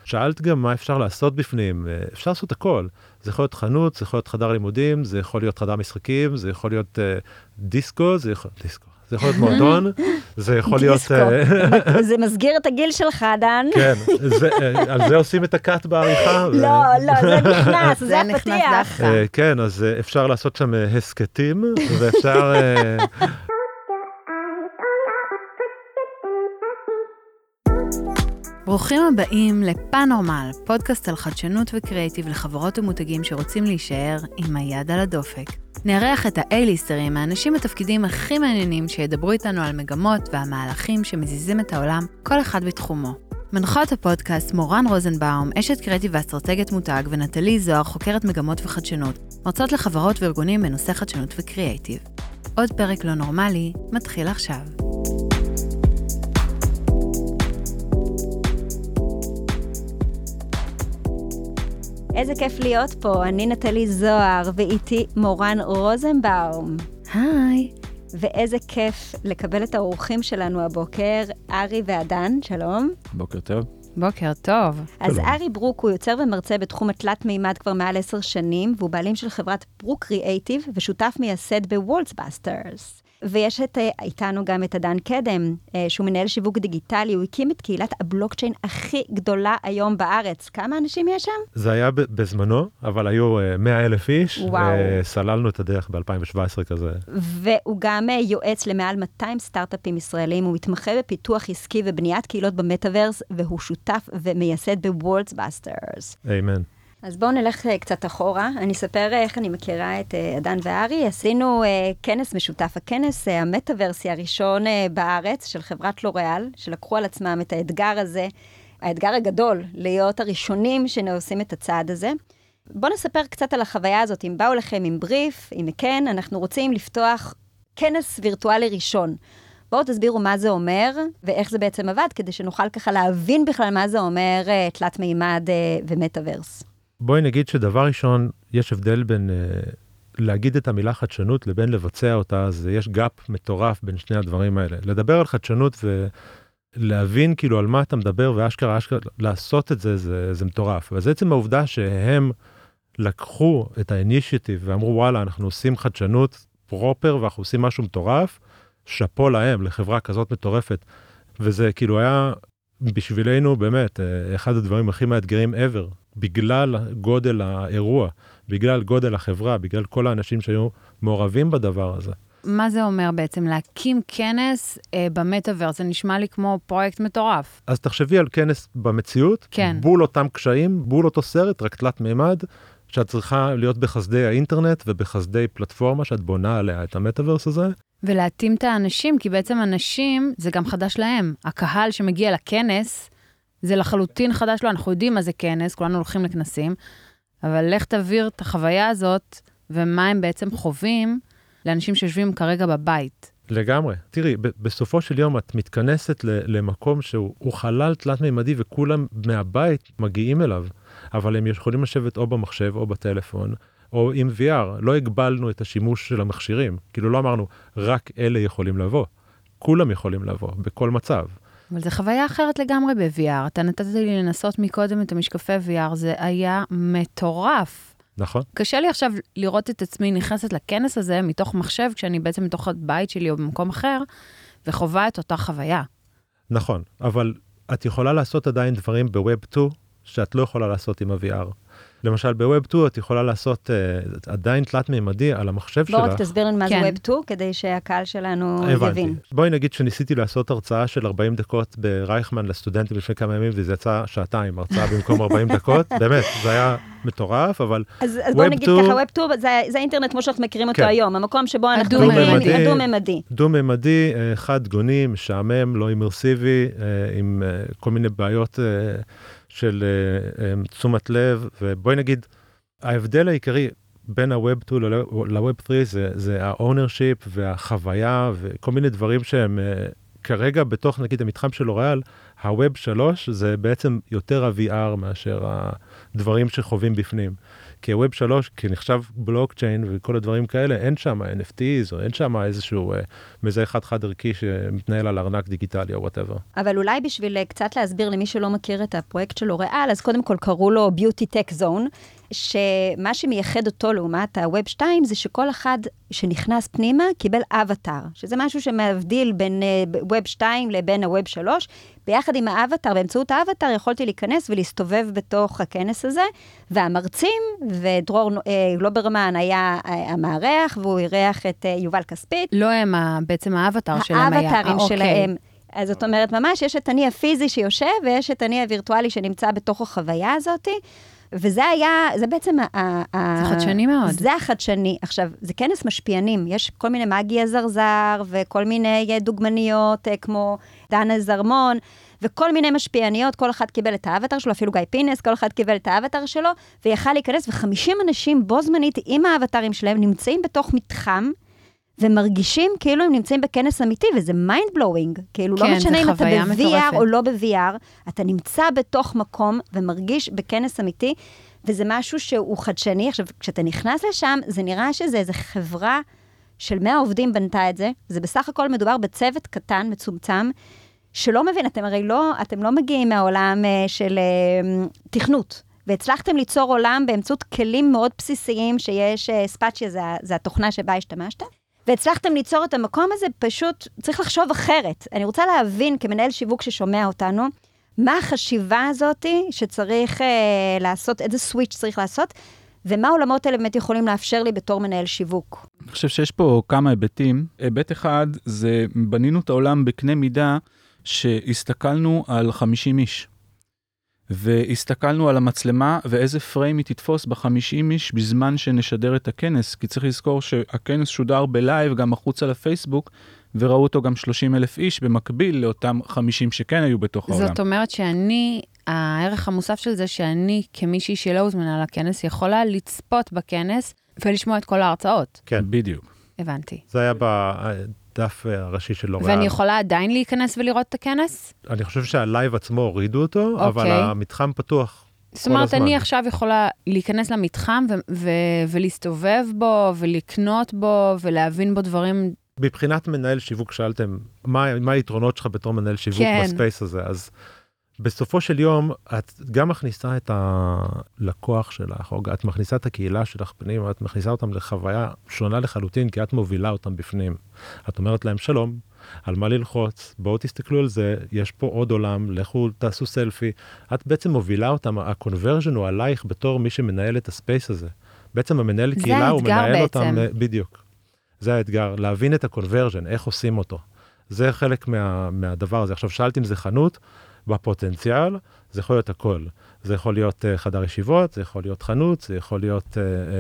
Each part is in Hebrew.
שאלת גם מה אפשר לעשות בפנים, אפשר לעשות הכל. זה יכול להיות חנות, זה יכול להיות חדר לימודים, זה יכול להיות חדר משחקים, זה יכול להיות דיסקו, זה יכול להיות מועדון, זה יכול להיות... דיסקו. זה מסגיר את הגיל שלך, דן. כן, על זה עושים את הקאט בעריכה. לא, זה נכנס, זה הפתיח. כן, אז אפשר לעשות שם הסקטים, ואפשר... ברוכים הבאים לפאנורמל, פודקאסט על חדשנות וקריאטיב לחברות ומותגים שרוצים להישאר עם היד על הדופק. נארח את האייליסטרים, האנשים בתפקידים הכי מעניינים שידברו איתנו על מגמות והמהלכים שמזיזים את העולם, כל אחד בתחומו. מנחות הפודקאסט מורן רוזנבאום, אשת קריאטיב ואסטרטגית מותג, ונטלי זוהר, חוקרת מגמות וחדשנות, מרצות לחברות וארגונים בנושא חדשנות וקריאטיב. עוד פרק לא נורמלי, מתחיל עכשיו. איזה כיף להיות פה, אני נטלי זוהר ואיתי מורן רוזנבאום. היי. ואיזה כיף לקבל את האורחים שלנו הבוקר, ארי ועדן, שלום. בוקר טוב. בוקר טוב. אז ארי ברוק הוא יוצר ומרצה בתחום התלת מימד כבר מעל 10 שנים, והוא בעלים של חברת ברוק קריאטיב ושותף מייסד בוורלדסבאסטרס. ויש איתנו גם את עדן קדם, שהוא מנהל שיווק דיגיטלי, הוא הקים את קהילת הבלוקצ'יין הכי גדולה היום בארץ. כמה אנשים יש שם? זה היה בזמנו, אבל היו 100,000 איש, וסללנו את הדרך ב-2017 כזה. והוא גם יועץ למעל 200 סטארט-אפים ישראלים, הוא מתמחה בפיתוח עסקי ובניית קהילות במטאברס, והוא שותף ומייסד בוורלדסבאסטרס. אמן. אז בואו נלך קצת אחורה, אני אספר איך אני מכירה את עדן וארי. עשינו כנס משותף, הכנס המטאברסי הראשון בארץ של חברת לוריאל, שלקחו על עצמם את האתגר הזה, האתגר הגדול, להיות הראשונים שעושים את הצעד הזה. בואו נספר קצת על החוויה הזאת, אם באו לכם עם בריף, אם כן, אנחנו רוצים לפתוח כנס וירטואלי ראשון. בואו תסבירו מה זה אומר, ואיך זה בעצם עבד, כדי שנוכל ככה להבין בכלל מה זה אומר תלת מימד ומטאברס. בואי נגיד שדבר ראשון, יש הבדל בין להגיד את המילה חדשנות לבין לבצע אותה, אז יש גאפ מטורף בין שני הדברים האלה. לדבר על חדשנות ולהבין כאילו על מה אתה מדבר, ואשכרה לעשות את זה, זה מטורף. אז עצם העובדה שהם לקחו את האינישיטיב ואמרו, וואלה, אנחנו עושים חדשנות פרופר, ואנחנו עושים משהו מטורף, שפו להם, לחברה כזאת מטורפת. וזה כאילו היה בשבילנו באמת אחד הדברים הכי מאתגרים ever. בגלל גודל האירוע, בגלל גודל החברה, בגלל כל האנשים שהיו מעורבים בדבר הזה. מה זה אומר בעצם? להקים כנס במטאברס, זה נשמע לי כמו פרויקט מטורף. אז תחשבי על כנס במציאות, כן. בול אותם קשיים, בול אותו סרט, רק תלת מימד, שאת צריכה להיות בחסדי האינטרנט ובחסדי פלטפורמה שאת בונה עליה את המטאברס הזה. ולהתאים את האנשים, כי בעצם אנשים, זה גם חדש להם. הקהל שמגיע לכנס, זה לחלוטין חדש לו, אנחנו יודעים מה זה כנס, כולנו הולכים לכנסים, אבל לך תעביר את החוויה הזאת, ומה הם בעצם חווים לאנשים שיושבים כרגע בבית. לגמרי. תראי, בסופו של יום את מתכנסת למקום שהוא חלל תלת מימדי, וכולם מהבית מגיעים אליו, אבל הם יכולים לשבת או במחשב או בטלפון, או עם VR. לא הגבלנו את השימוש של המכשירים, כאילו לא אמרנו, רק אלה יכולים לבוא. כולם יכולים לבוא, בכל מצב. אבל זו חוויה אחרת לגמרי ב-VR. אתה נתת לי לנסות מקודם את המשקפי VR, זה היה מטורף. נכון. קשה לי עכשיו לראות את עצמי נכנסת לכנס הזה מתוך מחשב, כשאני בעצם מתוך הבית שלי או במקום אחר, וחובה את אותה חוויה. נכון, אבל את יכולה לעשות עדיין דברים בווב 2, שאת לא יכולה לעשות עם ה-VR. למשל, בווב 2 את יכולה לעשות עדיין תלת מימדי על המחשב שלך. בואו רק תסביר לנו מה זה ווב 2, כדי שהקהל שלנו יבין. בואי נגיד שניסיתי לעשות הרצאה של 40 דקות ברייכמן לסטודנטים לפני כמה ימים, וזה יצא שעתיים, הרצאה במקום 40 דקות. באמת, זה היה מטורף, אבל אז בואו נגיד ככה, ווב 2 זה האינטרנט כמו שאנחנו מכירים אותו היום, המקום שבו אנחנו דו-ממדי. דו-ממדי, חד גוני, משעמם, לא אימרסיבי, עם כל מיני בעיות של תשומת לב, ובואי נגיד, ההבדל העיקרי בין הווב 2 לווב 3 זה ה-ownership והחוויה וכל מיני דברים שהם כרגע בתוך נגיד המתחם של לוריאל, הווב 3 זה בעצם יותר ה-VR מאשר הדברים שחווים בפנים. כי הווב 3, כי נחשב בלוקצ'יין וכל הדברים כאלה, אין שם NFTs, או אין שם איזשהו מזהה חד ערכי שמתנהל על ארנק דיגיטלי או whatever. אבל אולי בשביל קצת להסביר למי שלא מכיר את הפרויקט של לוריאל, אז קודם כל קראו לו Beauty Tech Zone, שמה שמייחד אותו לעומת הווב 2, זה שכל אחד שנכנס פנימה קיבל אבטר, שזה משהו שמבדיל בין ווב 2 לבין הווב 3, ביחד עם האבטר, באמצעות האבטר, יכולתי להיכנס ולהסתובב בתוך הכנס הזה, והמרצים, ודרור גלוברמן היה המארח, והוא אירח את יובל כספית. לא הם, בעצם האבטר שלהם היה. האבטרים שלהם. אז זאת אומרת, ממש יש את אני הפיזי שיושב, ויש את אני הווירטואלי שנמצא בתוך החוויה הזאת, וזה היה, זה בעצם זה חדשני מאוד. זה החדשני. עכשיו, זה כנס משפיענים, יש כל מיני מגי זרזר, וכל מיני דוגמניות, כמו דנה זרמון, וכל מיני משפיעניות, כל אחד קיבל את האבטר שלו, אפילו גיא פינס, כל אחד קיבל את האבטר שלו, ויכל להיכנס, ו50 אנשים בו זמנית עם האבטרים שלהם, נמצאים בתוך מתחם, ומרגישים כאילו הם נמצאים בכנס אמיתי, וזה mind blowing, כאילו כן, לא משנה אם אתה ב-VR מטורפת. או לא ב-VR, אתה נמצא בתוך מקום ומרגיש בכנס אמיתי, וזה משהו שהוא חדשני. עכשיו, כשאתה נכנס לשם, זה נראה שזה איזו חברה של 100 עובדים בנתה את זה, זה בסך הכל מדובר בצוות קטן, מצומצם, שלא מבין, אתם לא מגיעים מהעולם של תכנות, והצלחתם ליצור עולם באמצעות כלים מאוד בסיסיים, שיש ספאצ'יה, זה התוכנה שבה השתמשת, והצלחתם ליצור את המקום הזה, פשוט צריך לחשוב אחרת. אני רוצה להבין, כמנהל שיווק ששומע אותנו, מה החשיבה הזאת שצריך לעשות, איזה סוויץ' צריך לעשות, ומה העולמות האלה באמת יכולים לאפשר לי בתור מנהל שיווק. אני חושב שיש פה כמה היבטים. היבט אחד זה בנינו את העולם בקנה מידה שהסתכלנו על 50 איש. והסתכלנו על המצלמה ואיזה פריים היא תתפוס ב50 איש בזמן שנשדר את הכנס, כי צריך לזכור שהכנס שודר בלייב גם החוצה לפייסבוק, וראו אותו גם 30,000 איש במקביל לאותם 50 שכן היו בתוך העולם. זאת אומרת הערך המוסף של זה שאני כמישהי שלא הוזמנה לכנס, יכולה לצפות בכנס ולשמוע את כל ההרצאות. כן, בדיוק. הבנתי. זה היה בדף הראשי של לוריאל. ואני יכולה עדיין להיכנס ולראות את הכנס? אני חושב שהלייב עצמו הורידו אותו, אבל המתחם פתוח. זאת אומרת, אני עכשיו יכולה להיכנס למתחם ולהסתובב בו, ולקנות בו, ולהבין בו דברים. מבחינת מנהל שיווק שאלתם, מה היתרונות שלך בתור מנהל שיווק בספייס הזה? אז בסופו של יום, את גם מכניסה את הלקוח שלך, או את מכניסה את הקהילה שלך פנים, את מכניסה אותם לחוויה שונה לחלוטין, כי את מובילה אותם בפנים. את אומרת להם, שלום, על מה ללחוץ, בואו תסתכלו על זה, יש פה עוד עולם, לכו תעשו סלפי. את בעצם מובילה אותם, הקונברז'ן הוא עלייך בתור מי שמנהל את הספייס הזה. בעצם המנהל קהילה הוא מנהל אותם, בדיוק. זה האתגר, להבין את הקונברז'ן, איך עושים אותו. זה חלק מהדבר הזה. עכשיו שאלתי אם זה חנות, בפוטנציאל, זה יכול להיות הכל. זה יכול להיות חדר ישיבות, זה יכול להיות חנות, זה יכול להיות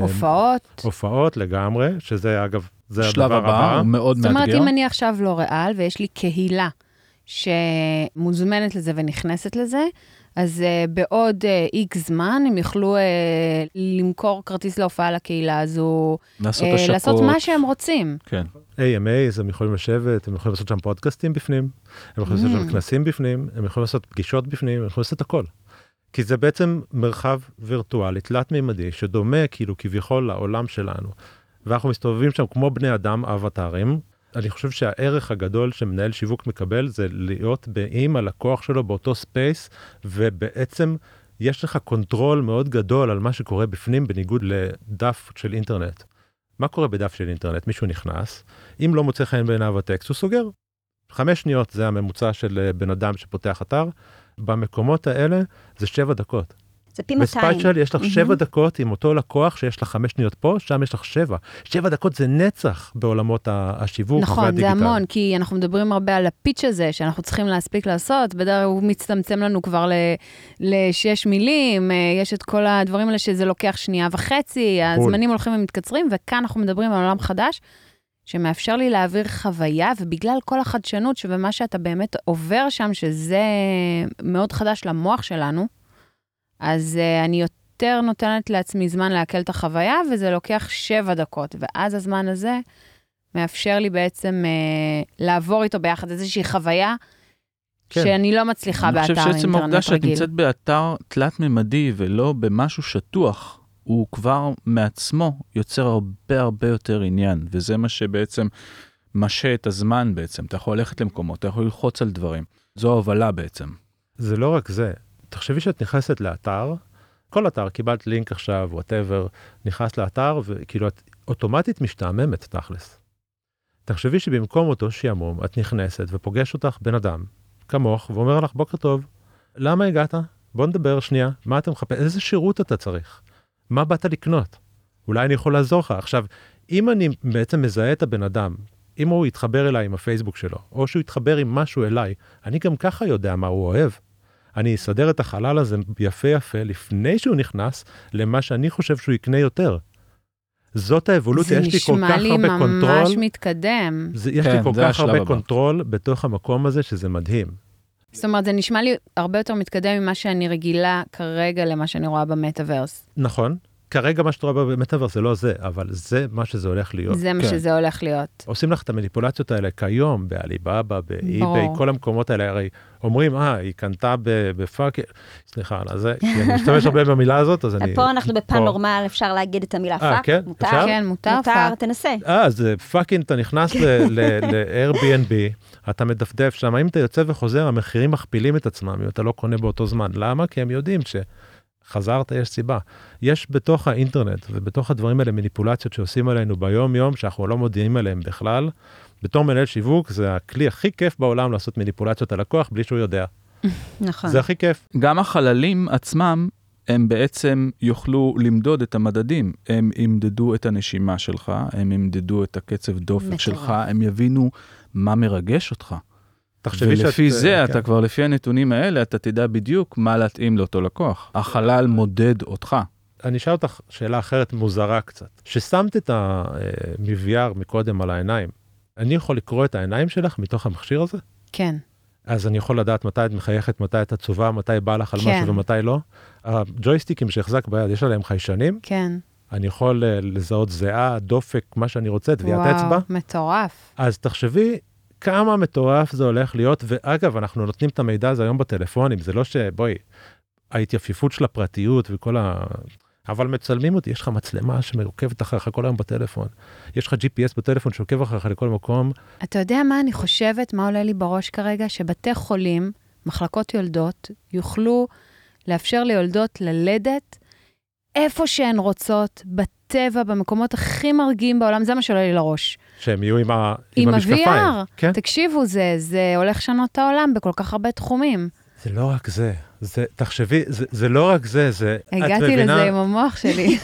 הופעות לגמרי, שזה אגב, זה שלב הדבר הבא, הוא מאוד מאתגר. זאת אומרת, אם אני עכשיו לוריאל, ויש לי קהילה שמוזמנת לזה ונכנסת לזה, אז בעוד איקס זמן הם יוכלו למכור כרטיס להופעה לקהילה הזו, לעשות מה שהם רוצים. כן. AMA, הם יכולים לשבת, הם יכולים לעשות שם פודקאסטים בפנים, הם יכולים לעשות שם כנסים בפנים, הם יכולים לעשות פגישות בפנים, הם יכולים לעשות הכל. כי זה בעצם מרחב וירטואלי, תלת-מימדי, שדומה כאילו כביכול לעולם שלנו. ואנחנו מסתובבים שם כמו בני אדם, אבטרים. אני חושב שהערך הגדול שמנהל שיווק מקבל זה להיות עם הלקוח שלו באותו ספייס, ובעצם יש לך קונטרול מאוד גדול על מה שקורה בפנים, בניגוד לדף של אינטרנט. מה קורה בדף של אינטרנט? מישהו נכנס, אם לא מוצא חן בעיניו הטקסט, הוא סוגר. 5 שניות זה הממוצע של בן אדם שפותח אתר. במקומות האלה זה 7 דקות. זה פי 200. בספיישל יש לך 7 דקות עם אותו לקוח שיש לך 5 שניות פה, שם יש לך 7. 7 דקות זה נצח בעולמות השיווק נכון, והדיגיטל. זה המון, כי אנחנו מדברים הרבה על הפיץ' הזה, שאנחנו צריכים להספיק לעשות, בדרך הוא מצטמצם לנו כבר ל6 מילים, יש את כל הדברים האלה שזה לוקח 1.5 שנייה, הזמנים הולכים ומתקצרים, וכאן אנחנו מדברים על עולם חדש, שמאפשר לי להעביר חוויה, ובגלל כל החדשנות שבמה שאתה באמת עובר שם, שזה מאוד חדש למוח שלנו, אז אני יותר נותנת לעצמי זמן להקל את החוויה, וזה לוקח 7 דקות, ואז הזמן הזה מאפשר לי בעצם לעבור איתו ביחד איזושהי חוויה כן. שאני לא מצליחה באתר אינטרנט רגיל. אני חושב שעצם העובדה שאת נמצאת באתר תלת-ממדי ולא במשהו שטוח, הוא כבר מעצמו יוצר הרבה יותר עניין, וזה מה שבעצם משה את הזמן בעצם. אתה יכול ללכת למקומות, אתה יכול ללחוץ על דברים. זו ההובלה בעצם. זה לא רק זה. תחשבי שאת נכנסת לאתר, כל אתר, קיבלת לינק עכשיו, whatever, נכנס לאתר, וכאילו את אוטומטית משתעממת תכלס. תחשבי שבמקום אותו שימום, את נכנסת ופוגש אותך בן אדם, כמוך, ואומר לך, בוקר טוב, למה הגעת? בוא נדבר שנייה, מה אתה מחפש? איזה שירות אתה צריך? מה באת לקנות? אולי אני יכול לעזור לך. עכשיו, אם אני בעצם מזהה את הבן אדם, אם הוא יתחבר אליי עם הפייסבוק שלו, או שהוא יתחבר עם משהו אליי, אני גם ככה יודע מה הוא אוהב. אני אסדר את החלל הזה יפה לפני שהוא נכנס למה שאני חושב שהוא יקנה יותר. זאת האבולוציה, יש לי כל כך הרבה קונטרול. זה נשמע לי ממש מתקדם. יש לי כל כך הרבה קונטרול בתוך המקום הזה, שזה מדהים. זאת אומרת, זה נשמע לי הרבה יותר מתקדם ממה שאני רגילה כרגע למה שאני רואה במטאברס. נכון. כרגע מה שאתה רואה במטאברס זה לא זה, אבל זה מה שזה הולך להיות. זה מה שזה הולך להיות. עושים לך את המניפולציות האלה כיום, באליבאבא, באי-ביי, כל המקומות האלה, הרי אומרים, היא קנתה בפאק, סליחה, כי אני משתמש הרבה במילה הזאת, אז אני... פה אנחנו בפן נורמל, אפשר להגיד את המילה פאק. כן? מותר? כן, מותר פאק. תנסה. אז פאקינג, אתה נכנס ל-Airbnb, אתה מדפדף שם, אם אתה יוצא וחוזר, המחירים מכפילים את עצמם, אם אתה לא קונה באותו זמן. למה? כי הם יודעים חזרת, יש סיבה. יש בתוך האינטרנט ובתוך הדברים האלה מניפולציות שעושים עלינו ביום-יום, שאנחנו לא מודיעים עליהם בכלל. בתור מנהל שיווק, זה הכלי הכי כיף בעולם לעשות מניפולציות על לקוח, בלי שהוא יודע. נכון. זה הכי כיף. גם החללים עצמם, הם בעצם יוכלו למדוד את המדדים. הם ימדדו את הנשימה שלך, הם ימדדו את הקצב דופק שלך, הם יבינו מה מרגש אותך. ולפי זה, אתה כבר לפי הנתונים האלה, אתה תדע בדיוק מה להתאים לאותו לקוח. החלל מודד אותך. אני אשאל אותך שאלה אחרת מוזרה קצת. ששמת את המבייר מקודם על העיניים, אני יכול לקרוא את העיניים שלך מתוך המכשיר הזה? כן. אז אני יכול לדעת מתי את מחייכת, מתי את עצובה, מתי בא לך על משהו ומתי לא. הג'ויסטיקים שהחזק ביד, יש עליהם חיישנים? כן. אני יכול לזהות זהה, דופק, מה שאני רוצה, טביעת אצבע. וואו, מטורף. אז תחשבי כמה מטורף זה הולך להיות, ואגב, אנחנו נותנים את המידע הזה היום בטלפונים, זה לא ההתייפיפות של הפרטיות וכל אבל מצלמים אותי, יש לך מצלמה שמרוקבת אחריך כל היום בטלפון. יש לך GPS בטלפון שעוקב אחריך לכל מקום. אתה יודע מה אני חושבת, מה עולה לי בראש כרגע? שבתי חולים, מחלקות יולדות, יוכלו לאפשר ליולדות ללדת איפה שהן רוצות, בטבע, במקומות הכי מרגיעים בעולם, זה מה שעולה לי לראש. שהם יהיו עם המשקפיים. כן? תקשיבו, זה הולך לשנות את העולם בכל כך הרבה תחומים. זה לא רק זה. תחשבי, זה לא רק זה, הגעתי לזה עם המוח שלי.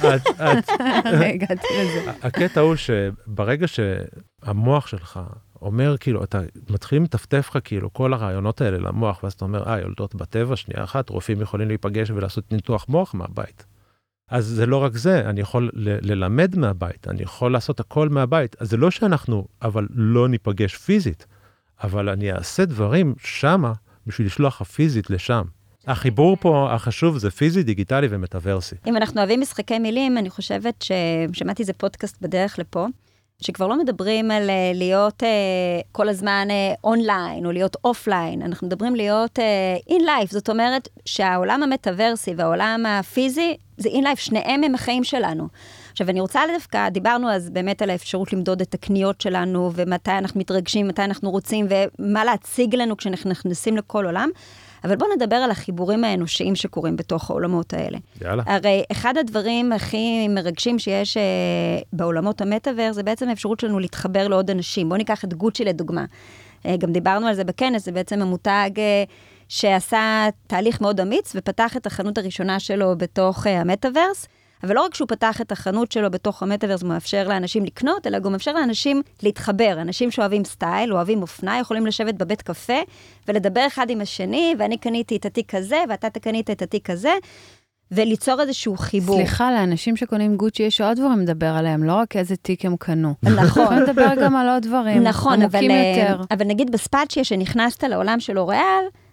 הגעתי לזה. הקטע הוא שברגע שהמוח שלך אומר, כאילו, אתה מתחילים לטפטף לך, כאילו, כל הרעיונות האלה למוח, ואז אתה אומר, יולדות בטבע, שנייה אחת, רופאים יכולים להיפגש ולעשות ניתוח מוח מהבית. אז זה לא רק זה, אני יכול ללמד מהבית, אני יכול לעשות הכל מהבית. אז זה לא שאנחנו, אבל לא ניפגש פיזית, אבל אני אעשה דברים שמה, בשביל לשלוח הפיזית לשם. החיבור פה החשוב זה פיזי, דיגיטלי ומטאברסי. אם אנחנו אוהבים משחקי מילים, אני חושבת ששמעתי איזה פודקאסט בדרך לפה, שכבר לא מדברים על להיות כל הזמן אונליין או להיות אופליין, אנחנו מדברים להיות אין לייף, זאת אומרת שהעולם המטאברסי והעולם הפיזי, זה אין לייף, שניהם הם החיים שלנו. עכשיו, אני רוצה דווקא, דיברנו אז באמת על האפשרות למדוד את הקניות שלנו, ומתי אנחנו מתרגשים, מתי אנחנו רוצים, ומה להציג לנו כשאנחנו נכנסים לכל עולם, אבל בואו נדבר על החיבורים האנושיים שקורים בתוך העולמות האלה. יאללה. הרי אחד הדברים הכי מרגשים שיש בעולמות המטאבר, זה בעצם האפשרות שלנו להתחבר לעוד אנשים. בואו ניקח את גוצ'י לדוגמה. גם דיברנו על זה בכנס, זה בעצם המותג שעשה תהליך מאוד אמיץ, ופתח את החנות הראשונה שלו בתוך המטאברס, אבל לא רק שהוא פתח את החנות שלו בתוך המטאברס, הוא מאפשר לאנשים לקנות, אלא גם מאפשר לאנשים להתחבר. אנשים שאוהבים סטייל, אוהבים אופנה, יכולים לשבת בבית קפה, ולדבר אחד עם השני, ואני קניתי את התיק הזה, ואתה קנית את התיק הזה, וליצור איזשהו חיבור. סליחה, לאנשים שקונים גוצ'י, יש עוד דברים לדבר עליהם, לא רק איזה תיק הם קנו. נכון. נדבר גם על עוד דברים. נכון, עמוקים יותר. אבל נגיד בספאצ'יה שנכנסת לעולם של לוריאל,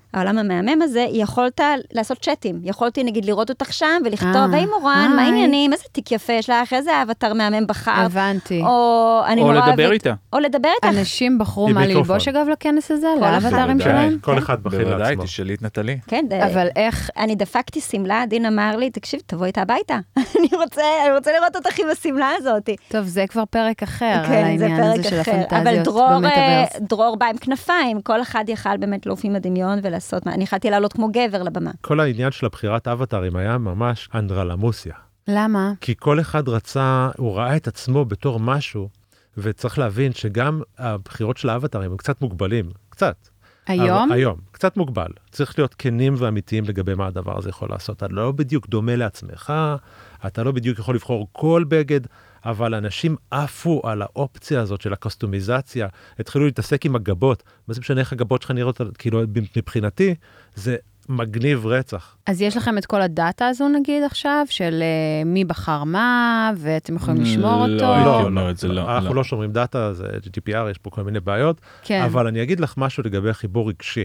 העולם המהמם הזה, יכולת לעשות צ'אטים. יכולתי נגיד לראות אותך שם ולכתוב, היי מורן, מה העניינים? איזה תיק יפה יש לך? איזה אבטר מהמם בחרת? הבנתי. או לדבר איתה. או לדבר איתך. אנשים בחרו מה ללבוש אגב לכנס הזה? לאבטרים שלהם? כל אחד בחיר לעצמו. בוודאי, תשאלי את נטלי. כן, אבל איך? אני דפקתי סמלה, דין אמר לי, תקשיב, תבוא איתה הביתה. אני רוצה לראות אותך עם הסמלה הזאת. טוב, זה כבר פרק אחר, על כן, זה העניין הזה פרק של אחר. הפנטזיות אבל במטאברס. דרור בא עם כנפיים, כל אחד יכל באמת לעוף עם הדמיון ולעשות, אני יכלתי לעלות כמו גבר לבמה. כל העניין של הבחירת אבטרים היה ממש אנדרלמוסיה. למה? כי כל אחד רצה, הוא ראה את עצמו בתור משהו, וצריך להבין שגם הבחירות של האבטרים הם קצת מוגבלים, קצת. היום? היום, קצת מוגבל. צריך להיות כנים ואמיתיים לגבי מה הדבר הזה יכול לעשות. אתה לא בדיוק דומה לעצמך, אתה לא בדיוק יכול לבחור כל בגד, אבל אנשים עפו על האופציה הזאת של הקוסטומיזציה, התחילו להתעסק עם הגבות. מה זה משנה איך הגבות שלך נראות, כאילו מבחינתי, זה מגניב רצח. אז יש לכם את כל הדאטה הזו נגיד עכשיו, של מי בחר מה, ואתם יכולים לשמור אותו? אנחנו לא שומרים דאטה, זה GDPR, יש פה כל מיני בעיות, אבל אני אגיד לך משהו לגבי חיבור רגשי.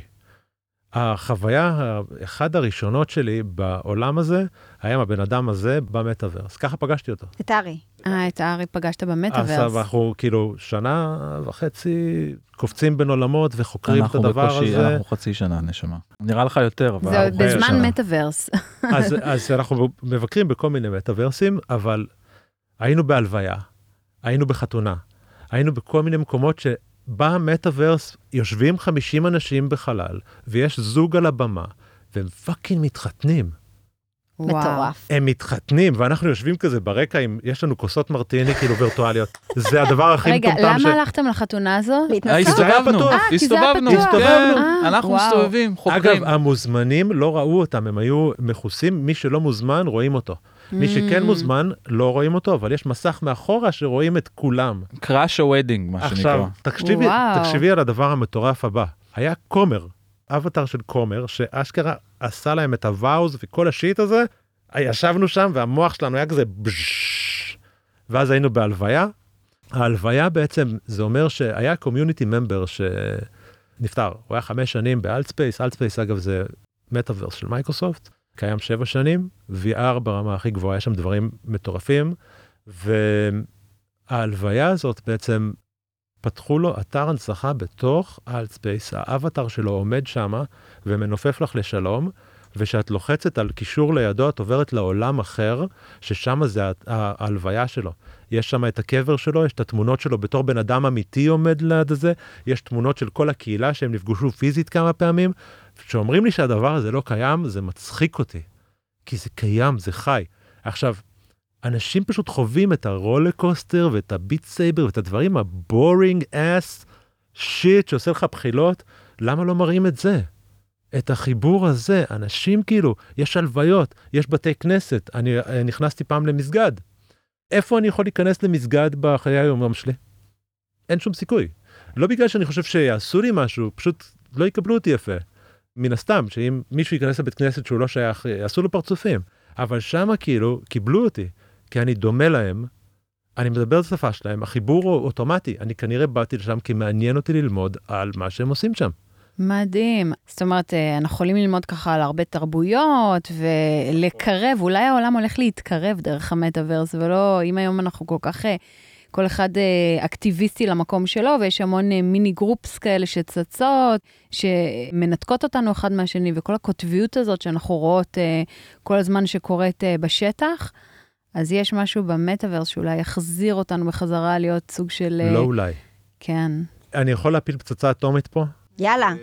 החוויה, אחד הראשונות שלי בעולם הזה, היה הבן אדם הזה במטאברס. ככה פגשתי אותו. את ארי. את ארי פגשת במטאברס. אז אנחנו כאילו שנה וחצי קופצים בין עולמות וחוקרים את הדבר הזה. אנחנו חצי שנה נשמה. נראה לך יותר, אבל... זה בזמן מטאברס. אז אנחנו מבקרים בכל מיני מטאברסים, אבל היינו בהלוויה, היינו בחתונה, היינו בכל מיני מקומות במטאברס יושבים 50 אנשים בחלל, ויש זוג על הבמה, והם פאקינג מתחתנים. מטורף. הם מתחתנים, ואנחנו יושבים כזה ברקע, יש לנו כוסות מרטיני כאילו וירטואליות. זה הדבר הכי מטומטם רגע, למה הלכתם לחתונה הזו? הסתובבנו. אנחנו מסתובבים, חוקרים. אגב, המוזמנים לא ראו אותם, הם היו מכוסים, מי שלא מוזמן רואים אותו. מי שכן מוזמן לא רואים אותו, אבל יש מסך מאחורה שרואים את כולם. קראש הוודינג, מה שנקרא. עכשיו, תקשיבי על הדבר המטורף הבא. היה קומר, אבטר של קומר, שאשכרה עשה להם את הוואוז וכל השיט הזה, ישבנו שם והמוח שלנו היה כזה בז'שש, ואז היינו בהלוויה. ההלוויה בעצם, זה אומר שהיה קומיוניטי ממבר שנפטר. הוא היה 5 שנים באלטספייס, אלטספייס אגב זה מטאברס של מייקרוסופט, קיים 7 שנים, VR ברמה הכי גבוהה, יש שם דברים מטורפים, וההלוויה הזאת בעצם פתחו לו אתר הנצחה בתוך האלטספייס, האבטר שלו עומד שמה ומנופף לך לשלום, ושאת לוחצת על קישור לידו, את עוברת לעולם אחר, ששם זה ההלוויה שלו. יש שם את הקבר שלו, יש את התמונות שלו בתור בן אדם אמיתי עומד ליד הזה, יש תמונות של כל הקהילה שהם נפגשו פיזית כמה פעמים, שאומרים לי שהדבר הזה לא קיים, זה מצחיק אותי. כי זה קיים, זה חי. עכשיו, אנשים פשוט חווים את הרולקוסטר ואת הביט סייבר ואת הדברים הבורינג אס שיט שעושה לך בחילות, למה לא מראים את זה? את החיבור הזה, אנשים כאילו, יש הלוויות, יש בתי כנסת, אני נכנסתי פעם למסגד. איפה אני יכול להיכנס למסגד בחיי היום שלי? אין שום סיכוי. לא בגלל שאני חושב שיעשו לי משהו, פשוט לא יקבלו אותי יפה. מן הסתם, שאם מישהו ייכנס לבית כנסת שהוא לא שייך, יעשו לו פרצופים. אבל שמה כאילו, קיבלו אותי, כי אני דומה להם, אני מדבר את השפה שלהם, החיבור הוא אוטומטי, אני כנראה באתי לשם כי מעניין אותי ללמוד על מה שהם עושים שם. מדהים. זאת אומרת, אנחנו יכולים ללמוד ככה על הרבה תרבויות, ולקרב, אולי העולם הולך להתקרב דרך המטאברס, ולא, אם היום אנחנו כל כך, כל אחד אקטיביסטי למקום שלו, ויש המון מיני גרופס כאלה שצצות, שמנתקות אותנו אחד מהשני, וכל הקוטביות הזאת שאנחנו רואות כל הזמן שקורית בשטח, אז יש משהו במטאברס שאולי יחזיר אותנו בחזרה להיות סוג של... לא אולי. כן. אני יכול להפיל פצצה אטומית פה? יאללה.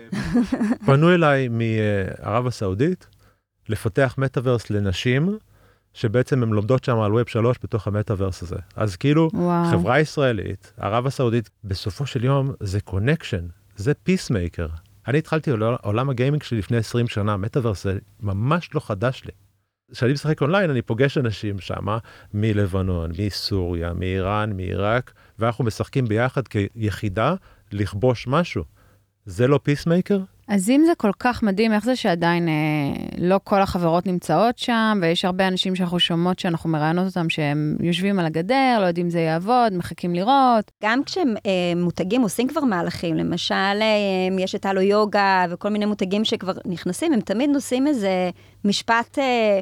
פנו אליי מערב הסעודית, לפתח מטאברס לנשים, שבעצם הן לומדות שם על ווב 3 בתוך המטאברס הזה. אז כאילו, חברה ישראלית, ערב הסעודית, בסופו של יום זה קונקשן, זה פיסמייקר. אני התחלתי עולם הגיימינג שלי לפני 20 שנה, מטאברס זה ממש לא חדש לי. כשאני משחק אונליין, אני פוגש אנשים שם, מלבנון, מסוריה, מאיראן, מעיראק, ואנחנו משחקים ביחד כיחידה לכבוש משהו. זה לא פיסמייקר? אז אם זה כל כך מדהים, איך זה שעדיין לא כל החברות נמצאות שם, ויש הרבה אנשים שאנחנו שומעות שאנחנו מראיינות אותם, שהם יושבים על הגדר, לא יודעים אם זה יעבוד, מחכים לראות. גם כשהם מותגים עושים כבר מהלכים, למשל, יש את הלו יוגה וכל מיני מותגים שכבר נכנסים, הם תמיד נושאים איזה משפט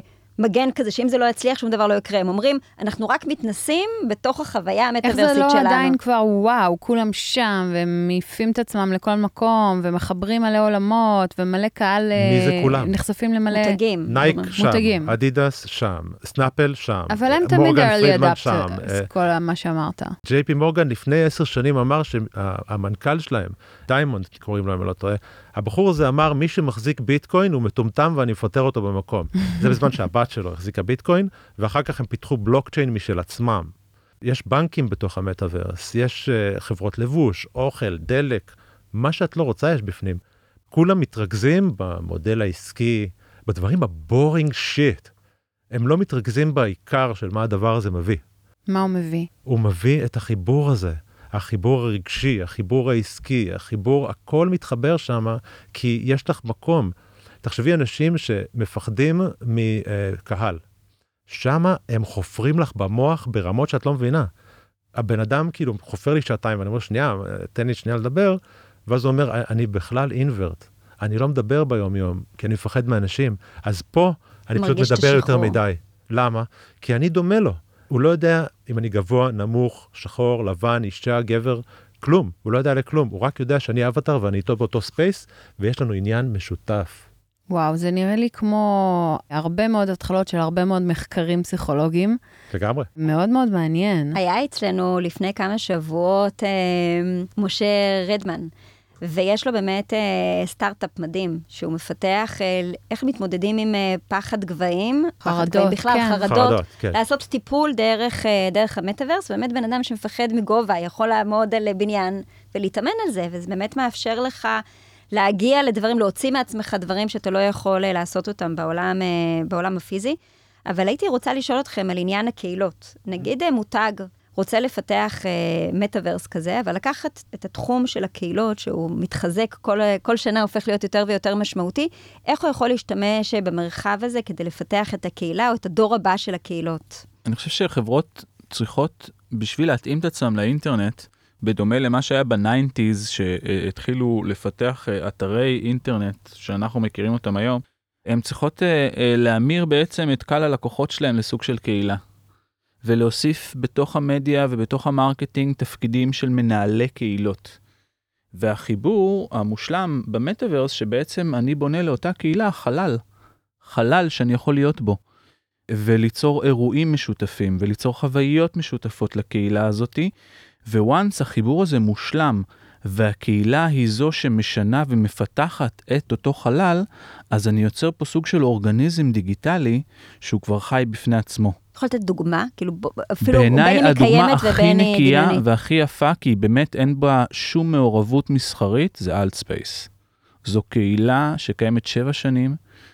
מגן כזה, שאם זה לא יצליח, שום דבר לא יקרה. הם אומרים, אנחנו רק מתנסים בתוך החוויה המטאברסית שלנו. איך זה לא עדיין כבר, וואו, כולם שם, והם מעיפים את עצמם לכל מקום, ומחברים מלא עולמות, ומלא קהל מי זה כולם? נחשפים למלא... מותגים. נייק שם, מותגים. אדידס שם, סנאפל שם, אבל הם תמיד early שם. adapters, כל מה שאמרת. ג'יי פי מורגן לפני 10 שנים אמר שהמנכ"ל שלהם, דיימונד קוראים לו אם אני לא טועה, הבחור הזה אמר, מי שמחזיק ביטקוין הוא מטומטם ואני מפטר אותו במקום. זה בזמן שהבת שלו החזיקה ביטקוין, ואחר כך הם פיתחו בלוקצ'יין משל עצמם. יש בנקים בתוך המטאברס, יש חברות לבוש, אוכל, דלק, מה שאת לא רוצה יש בפנים. כולם מתרכזים במודל העסקי, בדברים הבורינג שיט. הם לא מתרכזים בעיקר של מה הדבר הזה מביא. מה הוא מביא? הוא מביא את החיבור הזה. החיבור הרגשי, החיבור העסקי, החיבור, הכל מתחבר שם, כי יש לך מקום. תחשבי אנשים שמפחדים מקהל. שם הם חופרים לך במוח ברמות שאת לא מבינה. הבן אדם כאילו חופר לי שעתיים, ואני אומר, שנייה, תן לי שנייה לדבר, ואז הוא אומר, אני בכלל אינברט. אני לא מדבר ביום יום, כי אני מפחד מאנשים. אז פה אני פשוט מדבר יותר מדי. למה? כי אני דומה לו. הוא לא יודע אם אני גבוה, נמוך, שחור, לבן, אישה, גבר, כלום. הוא לא יודע לכלום. הוא רק יודע שאני אבטר ואני איתו באותו ספייס, ויש לנו עניין משותף. וואו, זה נראה לי כמו הרבה מאוד התחלות של הרבה מאוד מחקרים פסיכולוגיים. לגמרי. מאוד מאוד מעניין. היה אצלנו לפני כמה שבועות משה רדמן, ויש לו באמת סטארט-אפ מדהים, שהוא מפתח איך מתמודדים עם פחד גבהים, חרדות, בכלל כן. חרדות, כן. לעשות טיפול דרך המטאברס, באמת בן אדם שמפחד מגובה, יכול לעמוד על בניין ולהתאמן על זה, וזה באמת מאפשר לך להגיע לדברים, להוציא מעצמך דברים שאתה לא יכול לעשות אותם בעולם הפיזי. אבל הייתי רוצה לשאול אתכם על עניין הקהילות. נגיד מותג רוצה לפתח מטאברס כזה, אבל לקחת את התחום של הקהילות, שהוא מתחזק, כל שנה הופך להיות יותר ויותר משמעותי, איך הוא יכול להשתמש במרחב הזה כדי לפתח את הקהילה או את הדור הבא של הקהילות? אני חושב שחברות צריכות, בשביל להתאים את עצמם לאינטרנט, בדומה למה שהיה ב-90s, שהתחילו לפתח אתרי אינטרנט, שאנחנו מכירים אותם היום, הן צריכות להמיר בעצם את קהל הלקוחות שלהם לסוג של קהילה. ולהוסיף בתוך המדיה ובתוך המרקטינג תפקידים של מנהלי קהילות. והחיבור המושלם במטאברס, שבעצם אני בונה לאותה קהילה חלל שאני יכול להיות בו. וליצור אירועים משותפים, וליצור חוויות משותפות לקהילה הזאת, וואנס החיבור הזה מושלם, והקהילה היא זו שמשנה ומפתחת את אותו חלל, אז אני יוצר פה סוג של אורגניזם דיגיטלי, שהוא כבר חי בפני עצמו. יכול לתת דוגמה? כאילו, אפילו בעיניי הדוגמה הכי נקייה דמיונית. והכי יפה, כי באמת אין בה שום מעורבות מסחרית, זה אלטספייס. זו קהילה שקיימת 7 שנים,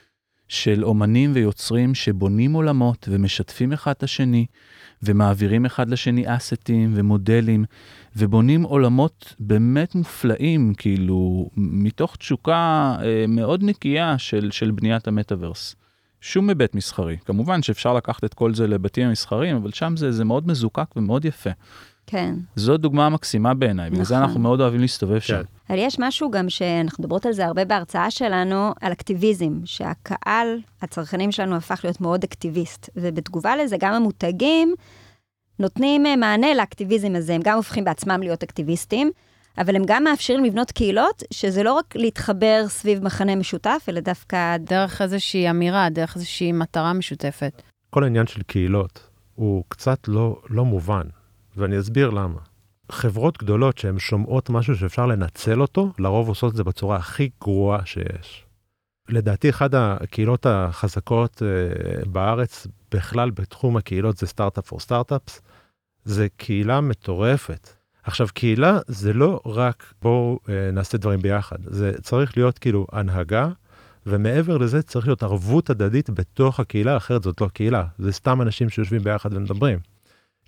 של אומנים ויוצרים שבונים עולמות ומשתפים אחד את השני, ומעבירים אחד לשני אסטים ומודלים, ובונים עולמות באמת מופלאים, כאילו, מתוך תשוקה מאוד נקייה של בניית המטאברס. שום היבט מסחרי. כמובן שאפשר לקחת את כל זה לבתים המסחריים, אבל שם זה מאוד מזוקק ומאוד יפה. כן. זו דוגמה מקסימה בעיניי, בגלל זה אנחנו מאוד אוהבים להסתובב שם. אבל יש משהו גם שאנחנו מדברות על זה הרבה בהרצאה שלנו, על אקטיביזם, שהקהל, הצרכנים שלנו הפך להיות מאוד אקטיביסט, ובתגובה לזה גם המותגים נותנים מענה לאקטיביזם הזה, הם גם הופכים בעצמם להיות אקטיביסטים, אבל הם גם מאפשרים לבנות קהילות, שזה לא רק להתחבר סביב מחנה משותף, אלא דווקא דרך איזושהי אמירה, דרך איזושהי מטרה משותפת. כל העניין של קהילות הוא קצת לא מובן, ואני אסביר למה. חברות גדולות שהן שומעות משהו שאפשר לנצל אותו, לרוב עושות את זה בצורה הכי גרועה שיש. לדעתי, אחד הקהילות החזקות בארץ, בכלל בתחום הקהילות, זה סטארט-אפ פור סטארט-אפס, זה קהילה מטורפת. עכשיו, קהילה זה לא רק בואו נעשה דברים ביחד, זה צריך להיות כאילו הנהגה, ומעבר לזה צריך להיות ערבות הדדית בתוך הקהילה, אחרת זאת לא קהילה, זה סתם אנשים שיושבים ביחד ומדברים.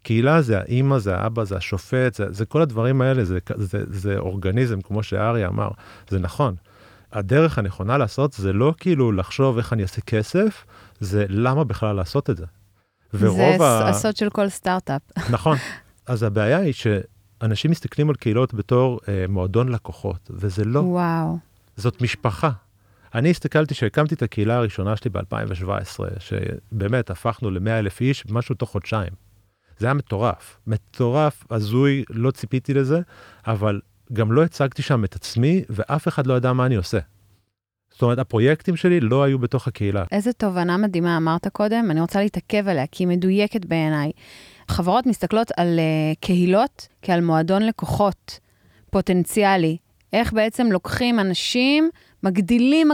הקהילה זה האמא, זה האבא, זה השופט, זה כל הדברים האלה, זה אורגניזם, כמו שארי אמר, זה נכון. הדרך הנכונה לעשות זה לא כאילו לחשוב איך אני אעשה כסף, זה למה בכלל לעשות את זה. זה הסוד של כל סטארט-אפ. נכון. אז הבעיה היא שאנשים מסתכלים על קהילות בתור מועדון לקוחות, וזה לא. וואו. זאת משפחה. אני הסתכלתי שהקמתי את הקהילה הראשונה שלי ב-2017, שבאמת הפכנו ל100,000 איש, משהו תוך חודשיים. זה היה מטורף. מטורף, הזוי, לא ציפיתי לזה, אבל גם לא הצגתי שם את עצמי, ואף אחד לא ידע מה אני עושה. זאת אומרת, הפרויקטים שלי לא היו בתוך הקהילה. איזה תובנה מדהימה אמרת קודם, אני רוצה להתעכב עליה, כי היא מדויקת בעיניי. חברות מסתכלות על קהילות כעל מועדון לקוחות פוטנציאלי. איך בעצם לוקחים אנשים, מגדילים,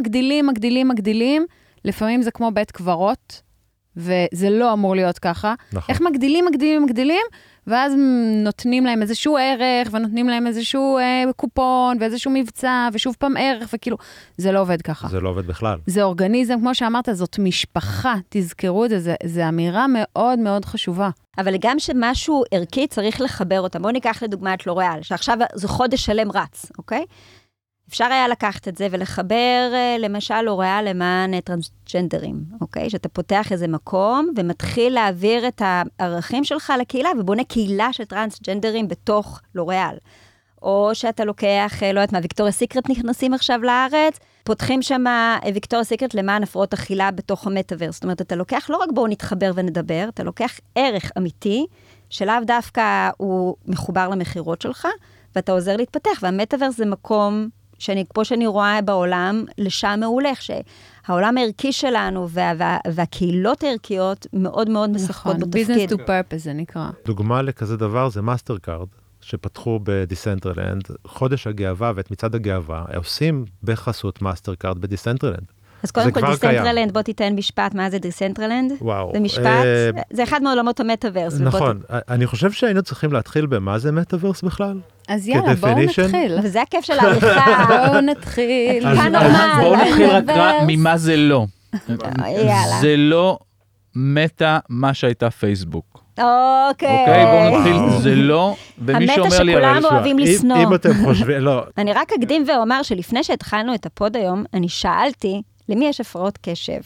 לפעמים זה כמו בית קברות, וזה לא אמור להיות ככה. נכון. איך מגדילים, ואז נותנים להם איזשהו ערך, ונותנים להם איזשהו קופון, ואיזשהו מבצע, ושוב פעם ערך, וכאילו, זה לא עובד ככה. זה לא עובד בכלל. זה אורגניזם, כמו שאמרת, זאת משפחה, תזכרו את זה, זה אמירה מאוד מאוד חשובה. אבל גם שמשהו ערכי צריך לחבר אותם. בואו ניקח לדוגמה את לוריאל, שעכשיו זה חודש שלם רץ, אוקיי? אפשר היה לקחת את זה ולחבר, למשל, לוריאל למען טרנסג'נדרים, אוקיי? שאתה פותח איזה מקום ומתחיל להעביר את הערכים שלך לקהילה, ובונה קהילה של טרנסג'נדרים בתוך לוריאל. או שאתה לוקח, לא יודעת מה, ויקטוריה סיקרט נכנסים עכשיו לארץ, פותחים שם ויקטוריה סיקרט למען הפרעות אכילה בתוך המטאברס. זאת אומרת, אתה לוקח לא רק בואו נתחבר ונדבר, אתה לוקח ערך אמיתי, שלאו דווקא הוא מחובר למחירות שלך, ואתה עוזר להתפתח, והמטאברס זה מקום כמו שאני רואה בעולם, לשם הולך, שהעולם הערכי שלנו והקהילות הערכיות מאוד מאוד משחקות בתפקיד. Business to purpose זה נקרא. דוגמה לכזה דבר זה מאסטרקארד, שפתחו בדיסנטרלנד, חודש הגאווה ואת מצעד הגאווה, עושים בחסות מאסטרקארד בדיסנטרלנד. אז קודם כל דיסנטרלנד, בוא תיתן משפט, מה זה דיסנטרלנד? וואו. זה משפט, זה אחד מעולמות המטאברס. נכון, אני חושב שהיינו צריכים להתחיל במה זה מטאברס בכלל. אז יאללה, בואו נתחיל. וזה הכיף של העריכה. בואו נתחיל. בואו נתחיל רק ממה זה לא. יאללה. זה לא מטה מה שהייתה פייסבוק. אוקיי, בואו נתחיל, זה לא, ומי שאומר לי... המטה שכולם אוהבים לשנוא. אם אתם חושבים, לא. אני רק אקדים ואומר שלפני שהתחלנו את הפוד היום, אני שאלתי למי יש הפרעות קשב.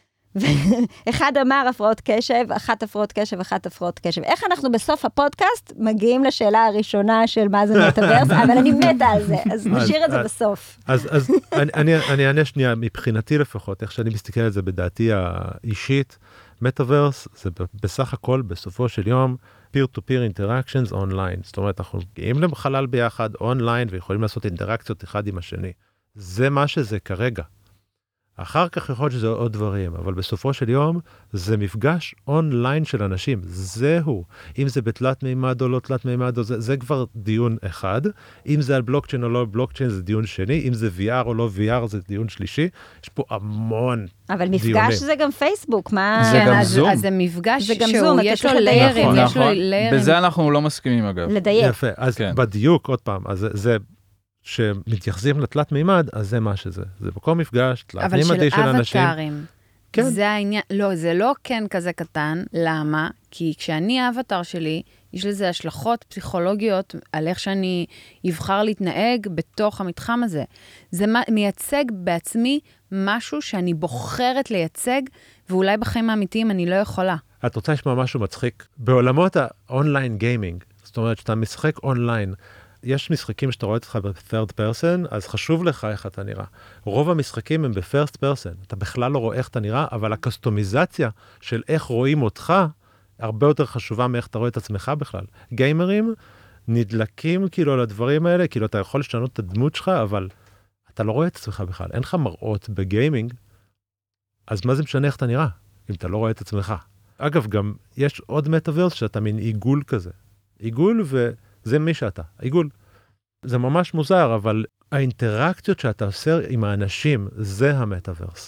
ואחד אמר הפרעות קשב, אחת הפרעות קשב, אחת הפרעות קשב. איך אנחנו בסוף הפודקאסט מגיעים לשאלה הראשונה של מה זה מטאברס, אבל אני מתה על זה, אז נשאיר את זה בסוף. אז אני אענה שנייה, מבחינתי לפחות, איך שאני מסתכל על זה בדעתי האישית, מטאברס זה בסך הכל בסופו של יום peer-to-peer interactions online. זאת אומרת, אנחנו מגיעים לחלל ביחד אונליין ויכולים לעשות אינטראקציות אחד עם השני. זה מה שזה כרגע. אחר כך יכול להיות שזה עוד דברים, אבל בסופו של יום זה מפגש אונליין של אנשים. זהו. אם זה בתלת מימד או לא תלת מימד, זה כבר דיון אחד. אם זה על בלוקצ'יין או לא בלוקצ'יין, זה דיון שני. אם זה VR או לא VR, זה דיון שלישי. יש פה המון אבל מפגש זה גם פייסבוק, מה? זה גם זום. אז זה מפגש זה גם שהוא, זום, יש לו ליירים, יש לו ליירים. בזה אנחנו לא מסכימים אגב. לדייק. יפה. אז בדיוק, עוד פעם, אז זה... שמתייחסים לתלת מימד, אז זה מה שזה. זה מקום מפגש, תלת מימדי של אנשים. אבל של אבטרים. כן. זה העניין, לא, זה לא כן כזה קטן. למה? כי כשאני האבטר שלי, יש לזה השלכות פסיכולוגיות על איך שאני אבחר להתנהג בתוך המתחם הזה. זה מייצג בעצמי משהו שאני בוחרת לייצג, ואולי בחיים האמיתיים אני לא יכולה. את רוצה לשמוע משהו מצחיק? בעולמות האונליין גיימינג, זאת אומרת, שאתה משחק אונליין, יש משחקים שאתה רואה אותך ב-third person, אז חשוב לך איך אתה נראה. רוב המשחקים הם ב-first person. אתה בכלל לא רואה איך אתה נראה, אבל הקסטומיזציה של איך רואים אותך, הרבה יותר חשובה מאיך אתה רואה את עצמך בכלל. גיימרים נדלקים כאילו על הדברים האלה, כאילו אתה יכול לשנות את הדמות שלך, אבל אתה לא רואה את עצמך בכלל. אין לך מראות בגיימינג, אז מה זה משנה איך אתה נראה, אם אתה לא רואה את עצמך? אגב, גם יש עוד מטאברס שאתה מין עיגול כזה. עיגול זה מי שאתה, עיגול. זה ממש מוזר, אבל האינטראקציות שאתה עושה עם האנשים, זה המטאברס.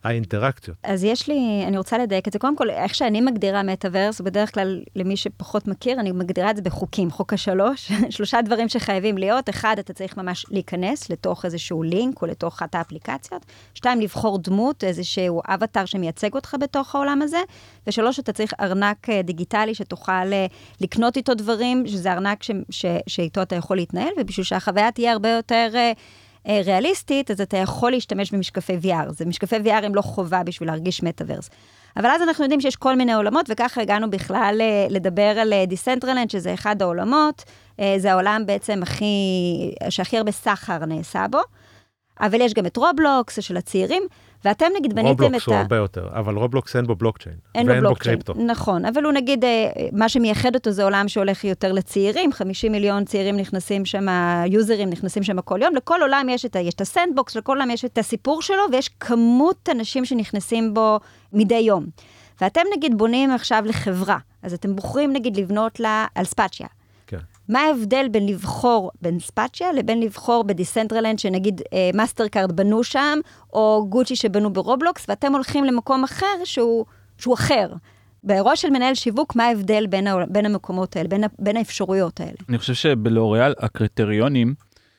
האינטראקציות. אז אני רוצה לדייק את זה. קודם כל, איך שאני מגדירה מטאברס, בדרך כלל למי שפחות מכיר, אני מגדירה את זה בחוקים. חוק השלוש, 3 דברים שחייבים להיות. 1, אתה צריך ממש להיכנס לתוך איזשהו לינק או לתוך אחת האפליקציות. 2, לבחור דמות, איזשהו אבטר שמייצג אותך בתוך העולם הזה. ו3, אתה צריך ארנק דיגיטלי שתוכל לקנות איתו דברים, שזה ארנק שאיתו אתה יכול להתנהל, ובשביל שהחוויה תהיה הרבה יותר ריאליסטית, אז אתה יכול להשתמש במשקפי VR. זה משקפי VR הם לא חובה בשביל להרגיש מטאברס. אבל אז אנחנו יודעים שיש כל מיני עולמות, וככה הגענו בכלל לדבר על דיסנטרלנד, שזה אחד העולמות, זה העולם בעצם שהכי הרבה סחר נעשה בו, אבל יש גם את רובלוקס של הצעירים, ואתם נגיד בניתם את רובלוקס הוא הרבה יותר, אבל רובלוקס אין בו בלוקצ'יין, ואין בו קריפטו. נכון, אבל הוא נגיד, מה שמייחד אותו זה עולם שהולך יותר לצעירים, 50 מיליון צעירים נכנסים שם, יוזרים נכנסים שם כל יום, לכל עולם יש את הסנדבוקס, לכל עולם יש את הסיפור שלו, ויש כמות אנשים שנכנסים בו מדי יום. ואתם נגיד בונים עכשיו לחברה, אז אתם בוחרים נגיד לבנות לה על ספאצ'יה. מה ההבדל בין לבחור בין ספאצ'יה לבין לבחור בדיסנטרלנד, שנגיד מאסטרקארד בנו שם, או גוצ'י שבנו ברובלוקס, ואתם הולכים למקום אחר שהוא אחר. בראש של מנהל שיווק, מה ההבדל בין המקומות האלה, בין האפשרויות האלה? אני חושב שבלוריאל הקריטריונים